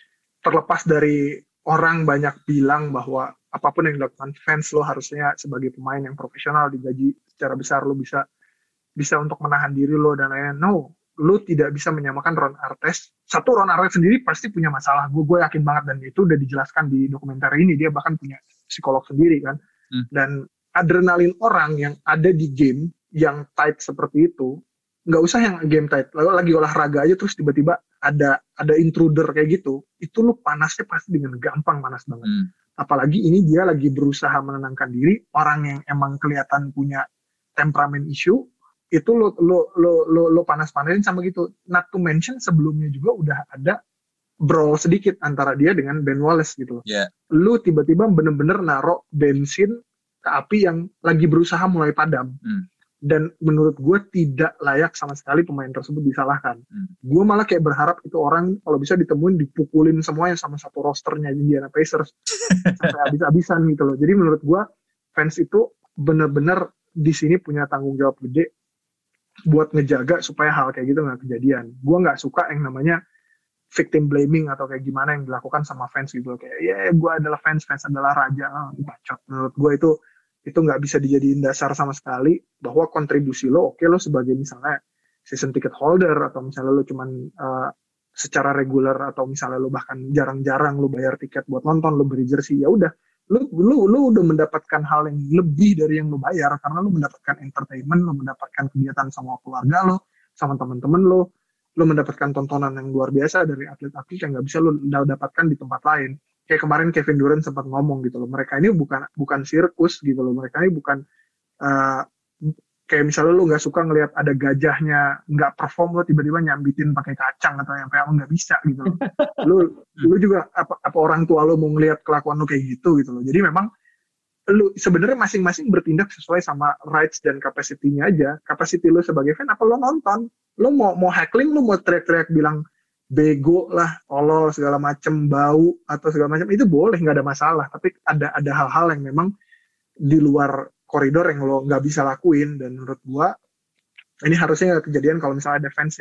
[SPEAKER 4] terlepas dari orang banyak bilang bahwa apapun yang dilakukan fans, lo harusnya sebagai pemain yang profesional digaji secara besar, lo bisa untuk menahan diri lo dan lain-lain. No, lo tidak bisa menyamakan Ron Artest. Satu, Ron Artest sendiri pasti punya masalah. Gue yakin banget, dan itu udah dijelaskan di dokumenter ini. Dia bahkan punya psikolog sendiri kan. Dan adrenalin orang yang ada di game yang tight seperti itu, nggak usah yang game tight, lalu lagi olahraga aja terus tiba-tiba ada intruder kayak gitu, itu lu panasnya pasti dengan gampang panas banget. Apalagi ini dia lagi berusaha menenangkan diri, orang yang emang kelihatan punya temperamen issue, itu lo panas-panasin sama gitu. Not to mention sebelumnya juga udah ada brawl sedikit antara dia dengan Ben Wallace gitu.
[SPEAKER 3] Yeah.
[SPEAKER 4] Lu tiba-tiba bener-bener naruh bensin ke api yang lagi berusaha mulai padam. Dan menurut gue tidak layak sama sekali pemain tersebut disalahkan. Gue malah kayak berharap itu orang kalau bisa ditemuin dipukulin semuanya sama satu rosternya Indiana Pacers sampai habis-habisan gitu loh. Jadi menurut gue fans itu bener-bener di sini punya tanggung jawab gede buat ngejaga supaya hal kayak gitu nggak kejadian. Gue nggak suka yang namanya victim blaming atau kayak gimana yang dilakukan sama fans gitu loh. Kayak gue adalah fans adalah raja. Bacot. Menurut gue itu nggak bisa dijadiin dasar sama sekali bahwa kontribusi lo, oke, lo sebagai misalnya season ticket holder atau misalnya lo cuman secara reguler atau misalnya lo bahkan jarang-jarang lo bayar tiket buat nonton, lo beli jersey, ya udah lo udah mendapatkan hal yang lebih dari yang lo bayar karena lo mendapatkan entertainment, lo mendapatkan kegiatan sama keluarga lo, sama teman-teman lo mendapatkan tontonan yang luar biasa dari atlet-atlet yang nggak bisa lo dapatkan di tempat lain. Kayak kemarin Kevin Durant sempat ngomong gitu loh, mereka ini bukan sirkus gitu loh, mereka ini bukan kayak misalnya lo nggak suka ngelihat ada gajahnya nggak perform, lo tiba-tiba nyambitin pakai kacang atau yang kayak nggak bisa gitu loh. Lo juga apa orang tua lo mau ngelihat kelakuan lo kayak gitu loh. Jadi memang lo sebenarnya masing-masing bertindak sesuai sama rights dan capacity-nya aja. Capacity lo sebagai fan apa lo nonton, lo mau heckling, lo mau teriak-teriak bilang bego lah, tolol segala macem, bau atau segala macam, itu boleh, nggak ada masalah. Tapi ada hal-hal yang memang di luar koridor yang lo nggak bisa lakuin. Dan menurut gua ini harusnya nggak kejadian kalau misalnya ada fans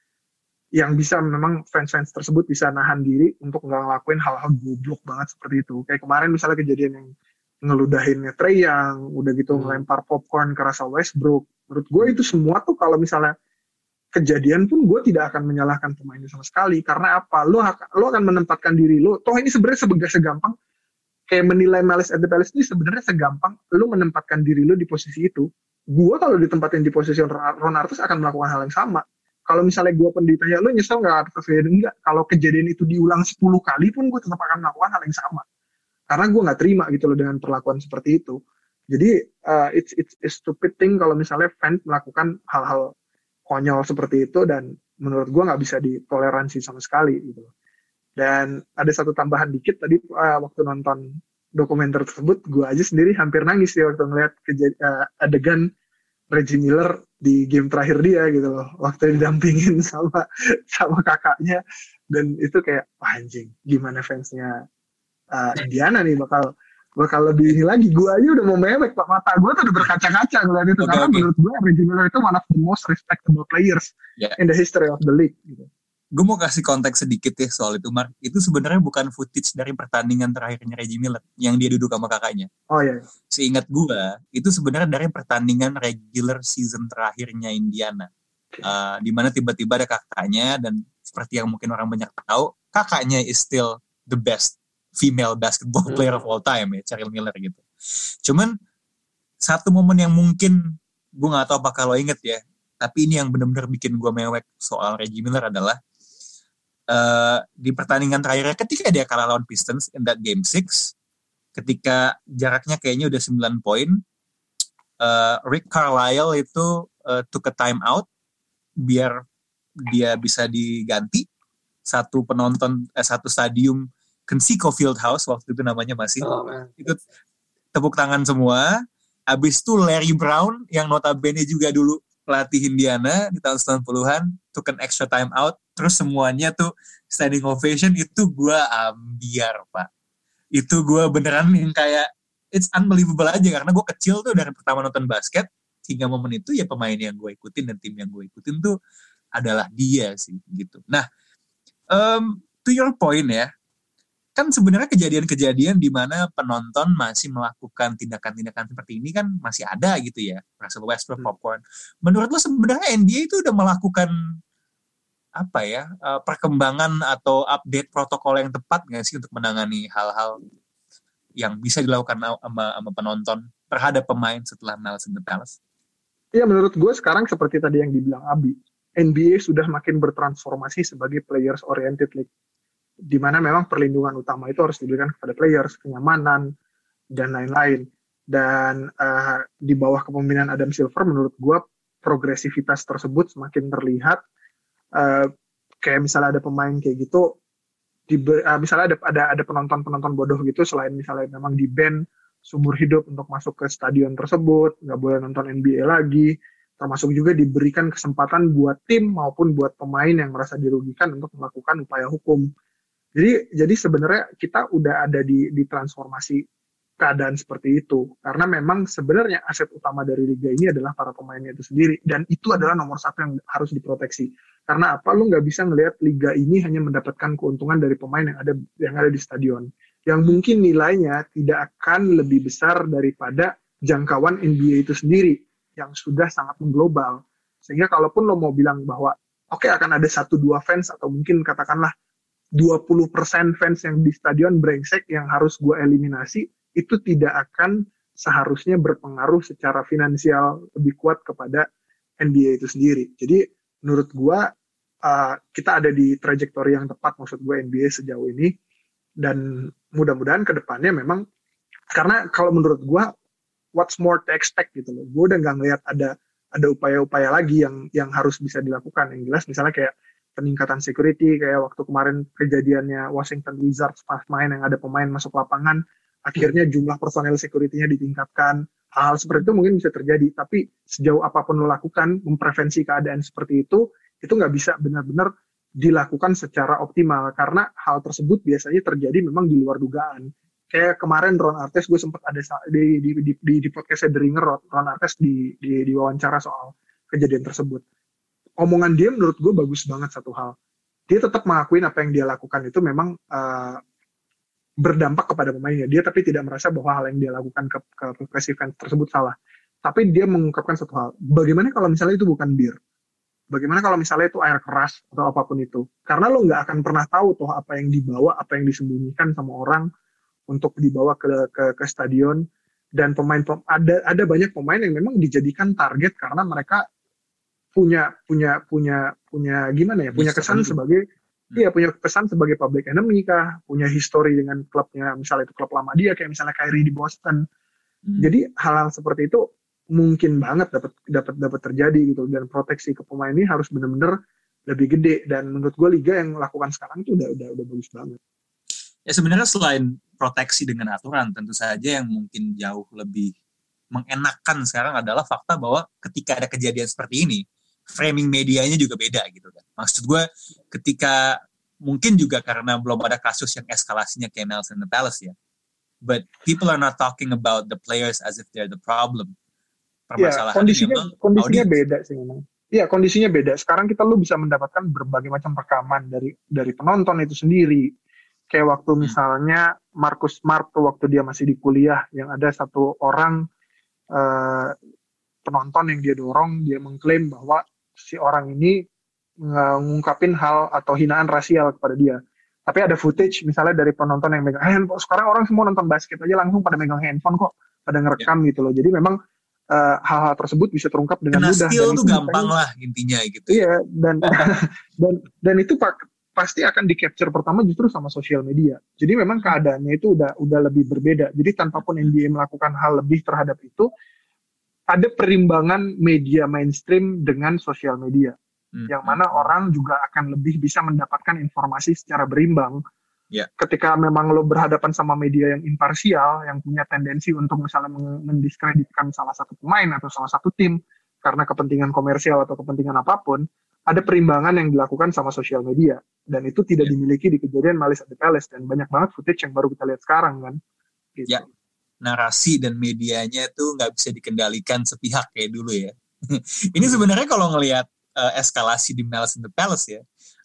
[SPEAKER 4] yang bisa, memang fans tersebut bisa nahan diri untuk nggak ngelakuin hal-hal goblok banget seperti itu. Kayak kemarin misalnya kejadian yang ngeludahinnya Trae Young, udah gitu ngelempar popcorn ke Russell Westbrook. Menurut gua itu semua tuh kalau misalnya kejadian pun gue tidak akan menyalahkan pemainnya sama sekali. Karena apa? Lo akan menempatkan diri lo. Toh ini sebenarnya segampang kayak menilai Malice at the Palace ini sebenarnya segampang lo menempatkan diri lo di posisi itu. Gue kalau ditempatin di posisi Ron Artest akan melakukan hal yang sama. Kalau misalnya gue ditanya lo nyesel nggak atas kejadian, enggak. Kalau kejadian itu diulang 10 kali pun gue tetap akan melakukan hal yang sama. Karena gue nggak terima gitu loh dengan perlakuan seperti itu. Jadi it's a stupid thing kalau misalnya fans melakukan hal-hal konyol seperti itu, dan menurut gue nggak bisa ditoleransi sama sekali gitu. Dan ada satu tambahan dikit tadi waktu nonton dokumenter tersebut, gue aja sendiri hampir nangis ya waktu ngeliat adegan Reggie Miller di game terakhir dia gitu loh, waktu didampingin sama kakaknya, dan itu kayak anjing, gimana fansnya Indiana nih bakal lebih ini lagi. Gue aja udah mau mewek, Pak. Mata gue tuh udah berkaca-kaca ngeliat itu. Karena menurut gue Reggie Miller itu one of the most respectable players in the history of the league gitu.
[SPEAKER 3] Gue mau kasih konteks sedikit ya soal itu, Mark. Itu sebenarnya bukan footage dari pertandingan terakhirnya Reggie Miller yang dia duduk sama kakaknya.
[SPEAKER 4] Oh iya.
[SPEAKER 3] Seingat gue, itu sebenarnya dari pertandingan regular season terakhirnya Indiana. Di mana tiba-tiba ada kakaknya, dan seperti yang mungkin orang banyak tahu, kakaknya is still the best female basketball player of all time ya, Cheryl Miller gitu. Cuman satu momen yang mungkin gue nggak tahu apakah lo inget ya, tapi ini yang benar-benar bikin gue mewek soal Reggie Miller adalah di pertandingan terakhirnya ketika dia kalah lawan Pistons in that game 6, ketika jaraknya kayaknya udah 9 poin, Rick Carlisle itu took a time out biar dia bisa diganti. Satu stadium Conseco Fieldhouse waktu itu namanya masih. Itu tepuk tangan semua. Abis itu Larry Brown yang notabene juga dulu pelatih Indiana di tahun 90-an took an extra time out. Terus semuanya tuh standing ovation. Itu gue ambiar, Pak. Itu gue beneran yang kayak it's unbelievable aja, karena gue kecil tuh dari pertama nonton basket hingga momen itu ya pemain yang gue ikutin dan tim yang gue ikutin tuh adalah dia sih gitu. Nah, to your point ya, kan sebenarnya kejadian-kejadian di mana penonton masih melakukan tindakan-tindakan seperti ini kan masih ada gitu ya, Russell Westbrook, popcorn. Menurut lo sebenarnya NBA itu udah melakukan perkembangan atau update protokol yang tepat nggak sih untuk menangani hal-hal yang bisa dilakukan sama penonton terhadap pemain setelah Malice in the Palace?
[SPEAKER 4] Iya, menurut gue sekarang seperti tadi yang dibilang Abi, NBA sudah makin bertransformasi sebagai players oriented league, di mana memang perlindungan utama itu harus diberikan kepada players, kenyamanan dan lain-lain. Dan di bawah kepemimpinan Adam Silver, menurut gue progresivitas tersebut semakin terlihat. Kayak misalnya ada pemain kayak gitu, misalnya ada penonton bodoh gitu, selain misalnya memang di-ban seumur hidup untuk masuk ke stadion tersebut, nggak boleh nonton NBA lagi, termasuk juga diberikan kesempatan buat tim maupun buat pemain yang merasa dirugikan untuk melakukan upaya hukum. Jadi sebenarnya kita udah ada di transformasi keadaan seperti itu, karena memang sebenarnya aset utama dari liga ini adalah para pemainnya itu sendiri, dan itu adalah nomor satu yang harus diproteksi. Karena apa? Lu nggak bisa ngelihat liga ini hanya mendapatkan keuntungan dari pemain yang ada di stadion, yang mungkin nilainya tidak akan lebih besar daripada jangkauan NBA itu sendiri yang sudah sangat mengglobal. Sehingga kalaupun lo mau bilang bahwa oke, akan ada 1-2 fans atau mungkin katakanlah 20% fans yang di stadion brengsek yang harus gue eliminasi, itu tidak akan seharusnya berpengaruh secara finansial lebih kuat kepada NBA itu sendiri. Jadi menurut gue kita ada di trajektori yang tepat, maksud gue NBA sejauh ini, dan mudah-mudahan ke depannya memang, karena kalau menurut gue what's more to expect gitu loh, gue udah nggak ngeliat ada upaya-upaya lagi yang harus bisa dilakukan. Yang jelas misalnya kayak peningkatan security, kayak waktu kemarin kejadiannya Washington Wizards pas main yang ada pemain masuk lapangan, akhirnya jumlah personel security-nya ditingkatkan. Hal seperti itu mungkin bisa terjadi, tapi sejauh apapun lo lakukan, memprevensi keadaan seperti itu nggak bisa benar-benar dilakukan secara optimal, karena hal tersebut biasanya terjadi memang di luar dugaan. Kayak kemarin Ron Artest, gue sempat ada di podcastnya The Ringer, Ron Artest di wawancara soal kejadian tersebut. Omongan dia menurut gue bagus banget satu hal. Dia tetap mengakuin apa yang dia lakukan itu memang berdampak kepada pemainnya. Dia tapi tidak merasa bahwa hal yang dia lakukan ke fans tersebut salah. Tapi dia mengungkapkan satu hal. Bagaimana kalau misalnya itu bukan bir? Bagaimana kalau misalnya itu air keras atau apapun itu? Karena lo nggak akan pernah tahu tuh apa yang dibawa, apa yang disembunyikan sama orang untuk dibawa ke stadion. Dan ada banyak pemain yang memang dijadikan target karena mereka punya gimana ya? Punya kesan sebagai punya kesan sebagai public enemy kah, punya history dengan klubnya, misalnya itu klub lama dia, kayak misalnya Kyrie di Boston. Jadi hal-hal seperti itu mungkin banget dapat terjadi gitu, dan proteksi ke pemain ini harus benar-benar lebih gede, dan menurut gue liga yang lakukan sekarang itu udah bagus banget.
[SPEAKER 3] Ya sebenarnya selain proteksi dengan aturan, tentu saja yang mungkin jauh lebih mengenakan sekarang adalah fakta bahwa ketika ada kejadian seperti ini, framing medianya juga beda gitu kan. Maksud gue ketika mungkin juga karena belum ada kasus yang eskalasinya kayak Malice in the Palace ya. But people are not talking about the players as if they're the problem. Permasalahan
[SPEAKER 4] kondisinya beda sih memang. Iya, kondisinya beda. Sekarang lu bisa mendapatkan berbagai macam rekaman dari penonton itu sendiri. Kayak waktu misalnya Marcus Smart tuh waktu dia masih di kuliah, yang ada satu orang penonton yang dia dorong, dia mengklaim bahwa si orang ini ngungkapin hal atau hinaan rasial kepada dia. Tapi ada footage misalnya dari penonton yang megang handphone. Sekarang orang semua nonton basket aja langsung pada megang handphone kok, pada ngerekam gitu loh. Jadi memang hal-hal tersebut bisa terungkap dengan mudah.
[SPEAKER 3] Skill tuh gampang lah intinya gitu.
[SPEAKER 4] Iya, dan itu pasti akan di-capture pertama justru sama sosial media. Jadi memang keadaannya itu udah lebih berbeda. Jadi tanpapun NBA melakukan hal lebih terhadap itu, ada perimbangan media mainstream dengan sosial media, yang mana orang juga akan lebih bisa mendapatkan informasi secara berimbang. Ketika memang lo berhadapan sama media yang imparsial, yang punya tendensi untuk misalnya mendiskreditkan salah satu pemain atau salah satu tim karena kepentingan komersial atau kepentingan apapun, ada perimbangan yang dilakukan sama sosial media, dan itu tidak dimiliki di kejadian Malice at the Palace, dan banyak banget footage yang baru kita lihat sekarang kan. Gitu.
[SPEAKER 3] Ya. Narasi dan medianya tuh nggak bisa dikendalikan sepihak kayak dulu ya. Ini sebenarnya kalau ngelihat eskalasi di Malice in the Palace ya,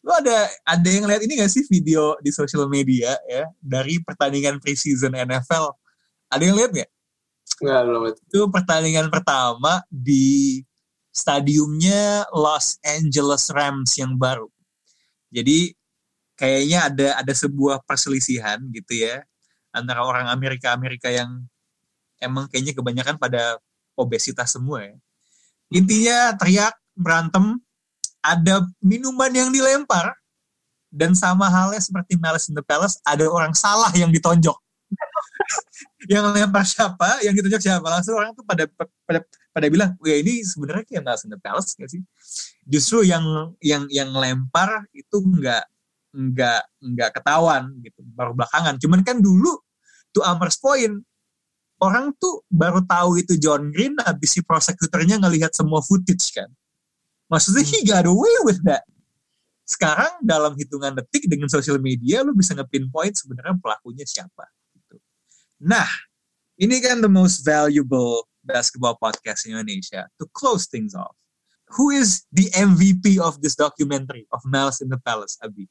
[SPEAKER 3] Lu ada yang lihat ini gak sih video di sosial media ya dari pertandingan preseason NFL? Ada yang lihat nggak?
[SPEAKER 5] Nggak, belum.
[SPEAKER 3] Itu pertandingan pertama di stadiumnya Los Angeles Rams yang baru. Jadi kayaknya ada sebuah perselisihan gitu ya antara orang Amerika yang emang kayaknya kebanyakan pada obesitas semua ya. Intinya teriak, berantem, ada minuman yang dilempar, dan sama halnya seperti Malice in the Palace, ada orang salah yang ditonjok. Yang lempar siapa, yang ditonjok siapa, langsung orang tuh pada bilang, ya ini sebenarnya kayak Malice in the Palace nggak sih? Justru yang lempar itu nggak ketahuan gitu, baru belakangan. Cuman kan dulu tuh Amherst Point, orang tuh baru tahu itu John Green habis si prosekutornya ngelihat semua footage kan. Maksudnya he got away with that. Sekarang dalam hitungan detik dengan social media lu bisa nge-pinpoint sebenarnya pelakunya siapa. Gitu. Nah, ini kan the most valuable basketball podcast in Indonesia. To close things off, who is the MVP of this documentary of Malice in the Palace, Abi?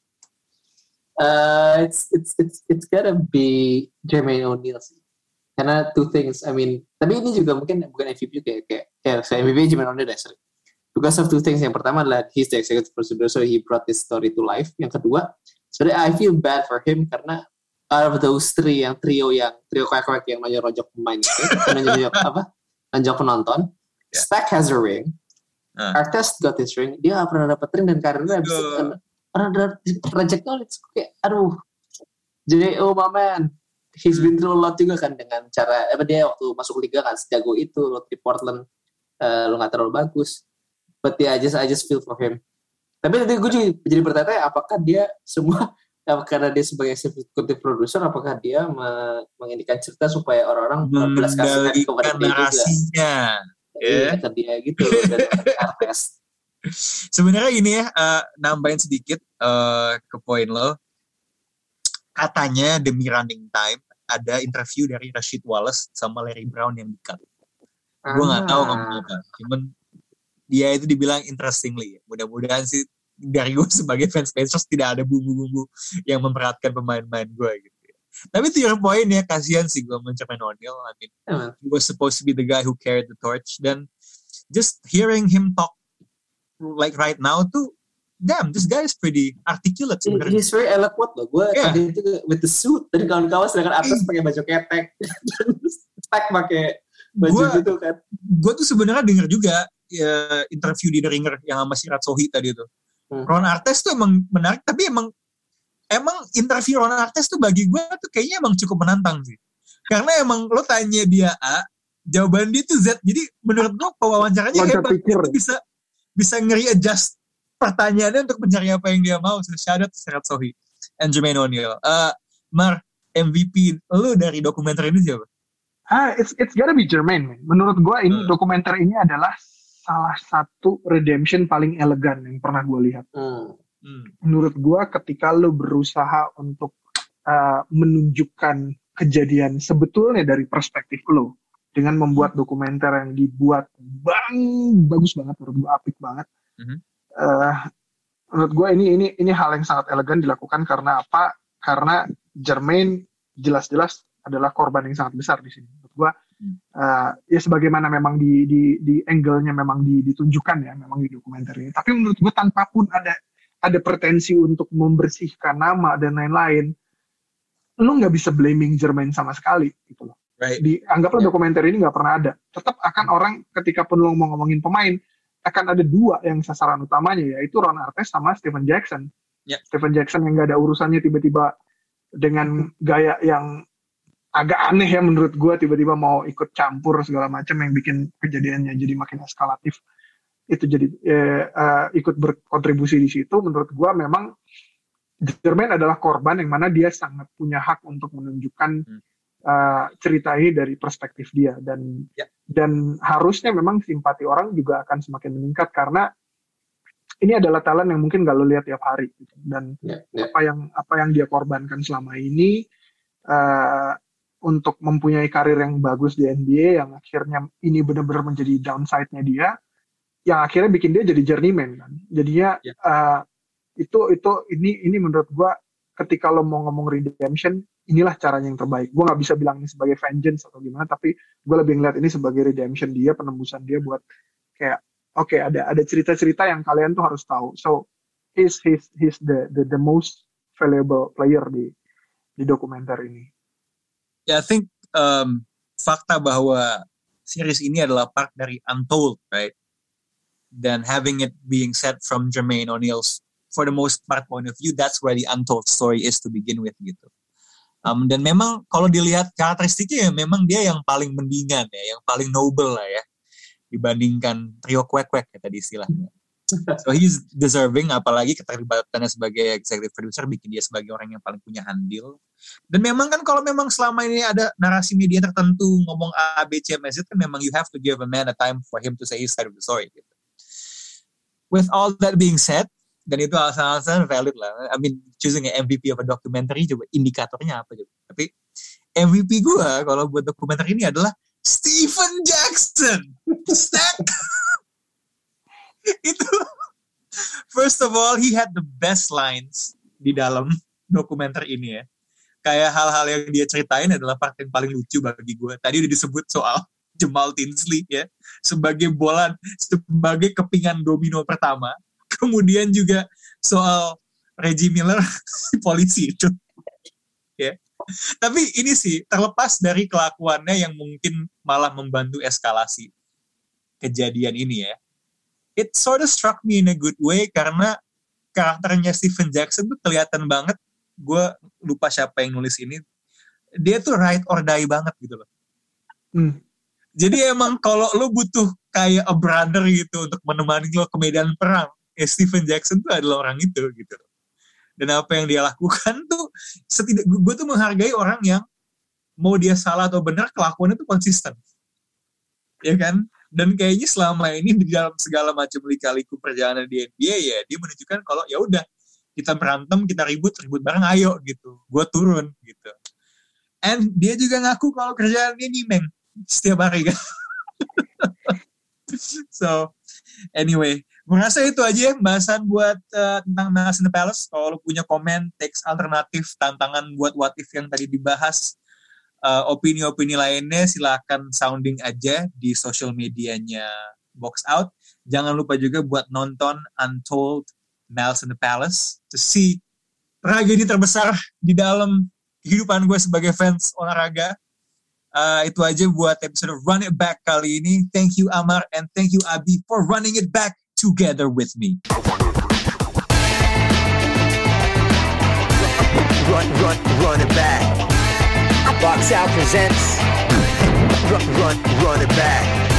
[SPEAKER 5] It's gotta be Jermaine O'Neal sih. Karena two things, I mean, tapi ini juga mungkin bukan MVP kayak MVP Jermaine O'Neal dasar. Because of two things. Yang pertama adalah he's the executive producer, so he brought this story to life. Yang kedua, sebenarnya I feel bad for him karena out of those three, trio kwek-kwek yang nonjok pemain itu, nonjok penonton, Stack has a ring, Artest got his ring, dia gak pernah dapet ring dan karirnya habis pernah project knowledge, kayak aduh. Jadi my man, he's been through a lot juga kan dengan cara, dia waktu masuk liga kan sejago itu, lo di Portland, lo gak terlalu bagus. But yeah, I just feel for him. Tapi nanti gue juga jadi bertanya, apakah dia karena dia sebagai executive producer, apakah dia mengindikan cerita supaya orang-orang belas kasihan kepada dia juga. Iya, ke dia gitu. Dan artis.
[SPEAKER 3] Sebenarnya ini ya, nambahin sedikit ke poin lo. Katanya demi running time, ada interview dari Rasheed Wallace sama Larry Brown yang di-cut. Gue gak tahu ngomong apa. Cuman dia itu dibilang interestingly. Mudah-mudahan sih dari gue sebagai fans Pacers tidak ada bumbu-bumbu yang memperatkan pemain-pemain gue gitu. Tapi to your point ya, kasihan sih gue Jermaine O'Neal. I mean, he was supposed to be the guy who carried the torch. Dan just hearing him talk like right now tuh, damn, this guy is pretty articulate sebenarnya.
[SPEAKER 5] He's very eloquent loh. Gue tadi itu with the suit dari kawan-kawan, sedangkan atas pakai baju ketek, Stack pakai baju gitu kan. Gue
[SPEAKER 3] tuh sebenarnya denger juga ya, interview di The Ringer yang sama si Ratsohi tadi itu. Ron Artest tuh emang menarik, tapi emang interview Ron Artest tuh bagi gue tuh kayaknya emang cukup menantang sih. Karena emang lo tanya dia A, jawaban dia tuh Z. Jadi menurut gue pewawancaranya hebat. Dia bisa nge-readjust pertanyaannya untuk mencari apa yang dia mau. So, shout out to Ratsohi and Jermaine O'Neal. Mar, MVP lo dari dokumenter ini siapa?
[SPEAKER 4] It's gotta be Jermaine, man. Menurut gue ini dokumenter ini adalah salah satu redemption paling elegan yang pernah gue lihat. Menurut gue ketika lo berusaha untuk menunjukkan kejadian sebetulnya dari perspektif lo dengan membuat dokumenter yang dibuat bagus banget, menurut gue apik banget. Menurut gue ini hal yang sangat elegan dilakukan karena apa? Karena Jermaine jelas-jelas adalah korban yang sangat besar di sini. Menurut gue ya sebagaimana memang di angle-nya memang ditunjukkan ya, memang di dokumenter ini. Tapi menurut gue tanpa pun ada pretensi untuk membersihkan nama dan lain-lain, lo nggak bisa blaming Jermaine sama sekali gitu loh.
[SPEAKER 3] Right.
[SPEAKER 4] Anggaplah dokumenter ini nggak pernah ada. Tetap akan orang ketika pun lo mau ngomongin pemain, akan ada dua yang sasaran utamanya, yaitu Ron Artest sama Stephen Jackson. Stephen Jackson yang nggak ada urusannya tiba-tiba dengan gaya yang agak aneh ya menurut gue, tiba-tiba mau ikut campur segala macam yang bikin kejadiannya jadi makin eskalatif. Itu jadi ikut berkontribusi di situ. Menurut gue memang Jermaine adalah korban yang mana dia sangat punya hak untuk menunjukkan cerita ini dari perspektif dia, dan harusnya memang simpati orang juga akan semakin meningkat karena ini adalah talent yang mungkin gak lo lihat tiap hari gitu. Dan apa yang dia korbankan selama ini untuk mempunyai karir yang bagus di NBA, yang akhirnya ini benar-benar menjadi downside-nya dia, yang akhirnya bikin dia jadi journeyman kan. Jadinya Ini menurut gue ketika lo mau ngomong redemption, inilah caranya yang terbaik. Gue nggak bisa bilang ini sebagai vengeance atau gimana, tapi gue lebih ngeliat ini sebagai redemption dia, penembusan dia buat kayak oke, ada cerita-cerita yang kalian tuh harus tahu. So he's the most valuable player di dokumenter ini.
[SPEAKER 3] I think fakta bahwa series ini adalah part dari Untold, right? Dan having it being said from Jermaine O'Neill's for the most part point of view, that's where the Untold story is to begin with gitu. Dan memang kalau dilihat karakteristiknya ya memang dia yang paling mendingan ya, yang paling noble lah ya dibandingkan trio kwek-kwek ya tadi istilahnya. So he's deserving, apalagi keterlibatannya sebagai executive producer bikin dia sebagai orang yang paling punya andil. Dan memang kan kalau memang selama ini ada narasi media tertentu ngomong A, B, C, M, Z kan memang you have to give a man a time for him to say his side of the story gitu. With all that being said, dan itu alasan-alasan valid lah. I mean, choosing an MVP of a documentary coba indikatornya apa coba. Tapi MVP gue kalau buat dokumenter ini adalah Stephen Jackson. Stack. Itu first of all, he had the best lines di dalam dokumenter ini ya. Kayak hal-hal yang dia ceritain adalah part yang paling lucu bagi gue. Tadi udah disebut soal Jamal Tinsley ya sebagai sebagai kepingan domino pertama. Kemudian juga soal Reggie Miller polisi itu. Ya. Tapi ini sih terlepas dari kelakuannya yang mungkin malah membantu eskalasi kejadian ini ya. It sort of struck me in a good way karena karakternya Stephen Jackson tuh kelihatan banget. Gue lupa siapa yang nulis ini. Dia tuh ride or die banget gitu loh. Jadi emang kalau lo butuh kayak a brother gitu untuk menemani lo ke medan perang, ya Stephen Jackson tuh adalah orang itu gitu. Dan apa yang dia lakukan tuh, gue tuh menghargai orang yang mau dia salah atau benar kelakuannya tuh konsisten, ya kan? Dan kayaknya selama ini di dalam segala macam lika-liku perjalanan di NBA ya dia menunjukkan kalau ya udah kita berantem, kita ribut bareng, ayo gitu, gue turun gitu. And dia juga ngaku kalau kerjaan dia nyimeng setiap hari kan. So anyway, gue rasa itu aja bahasan buat tentang Malice in the Palace. Kalau lo punya komen, teks alternatif, tantangan buat what if yang tadi dibahas, opini-opini lainnya silakan sounding aja di social medianya Box Out. Jangan lupa juga buat nonton Untold Malice in the Palace to see tragedi terbesar di dalam kehidupan gue sebagai fans olahraga. Itu aja buat episode Run It Back kali ini. Thank you Amar and thank you Abi for running it back together with me.
[SPEAKER 2] Run it back. Box Out presents Run it back.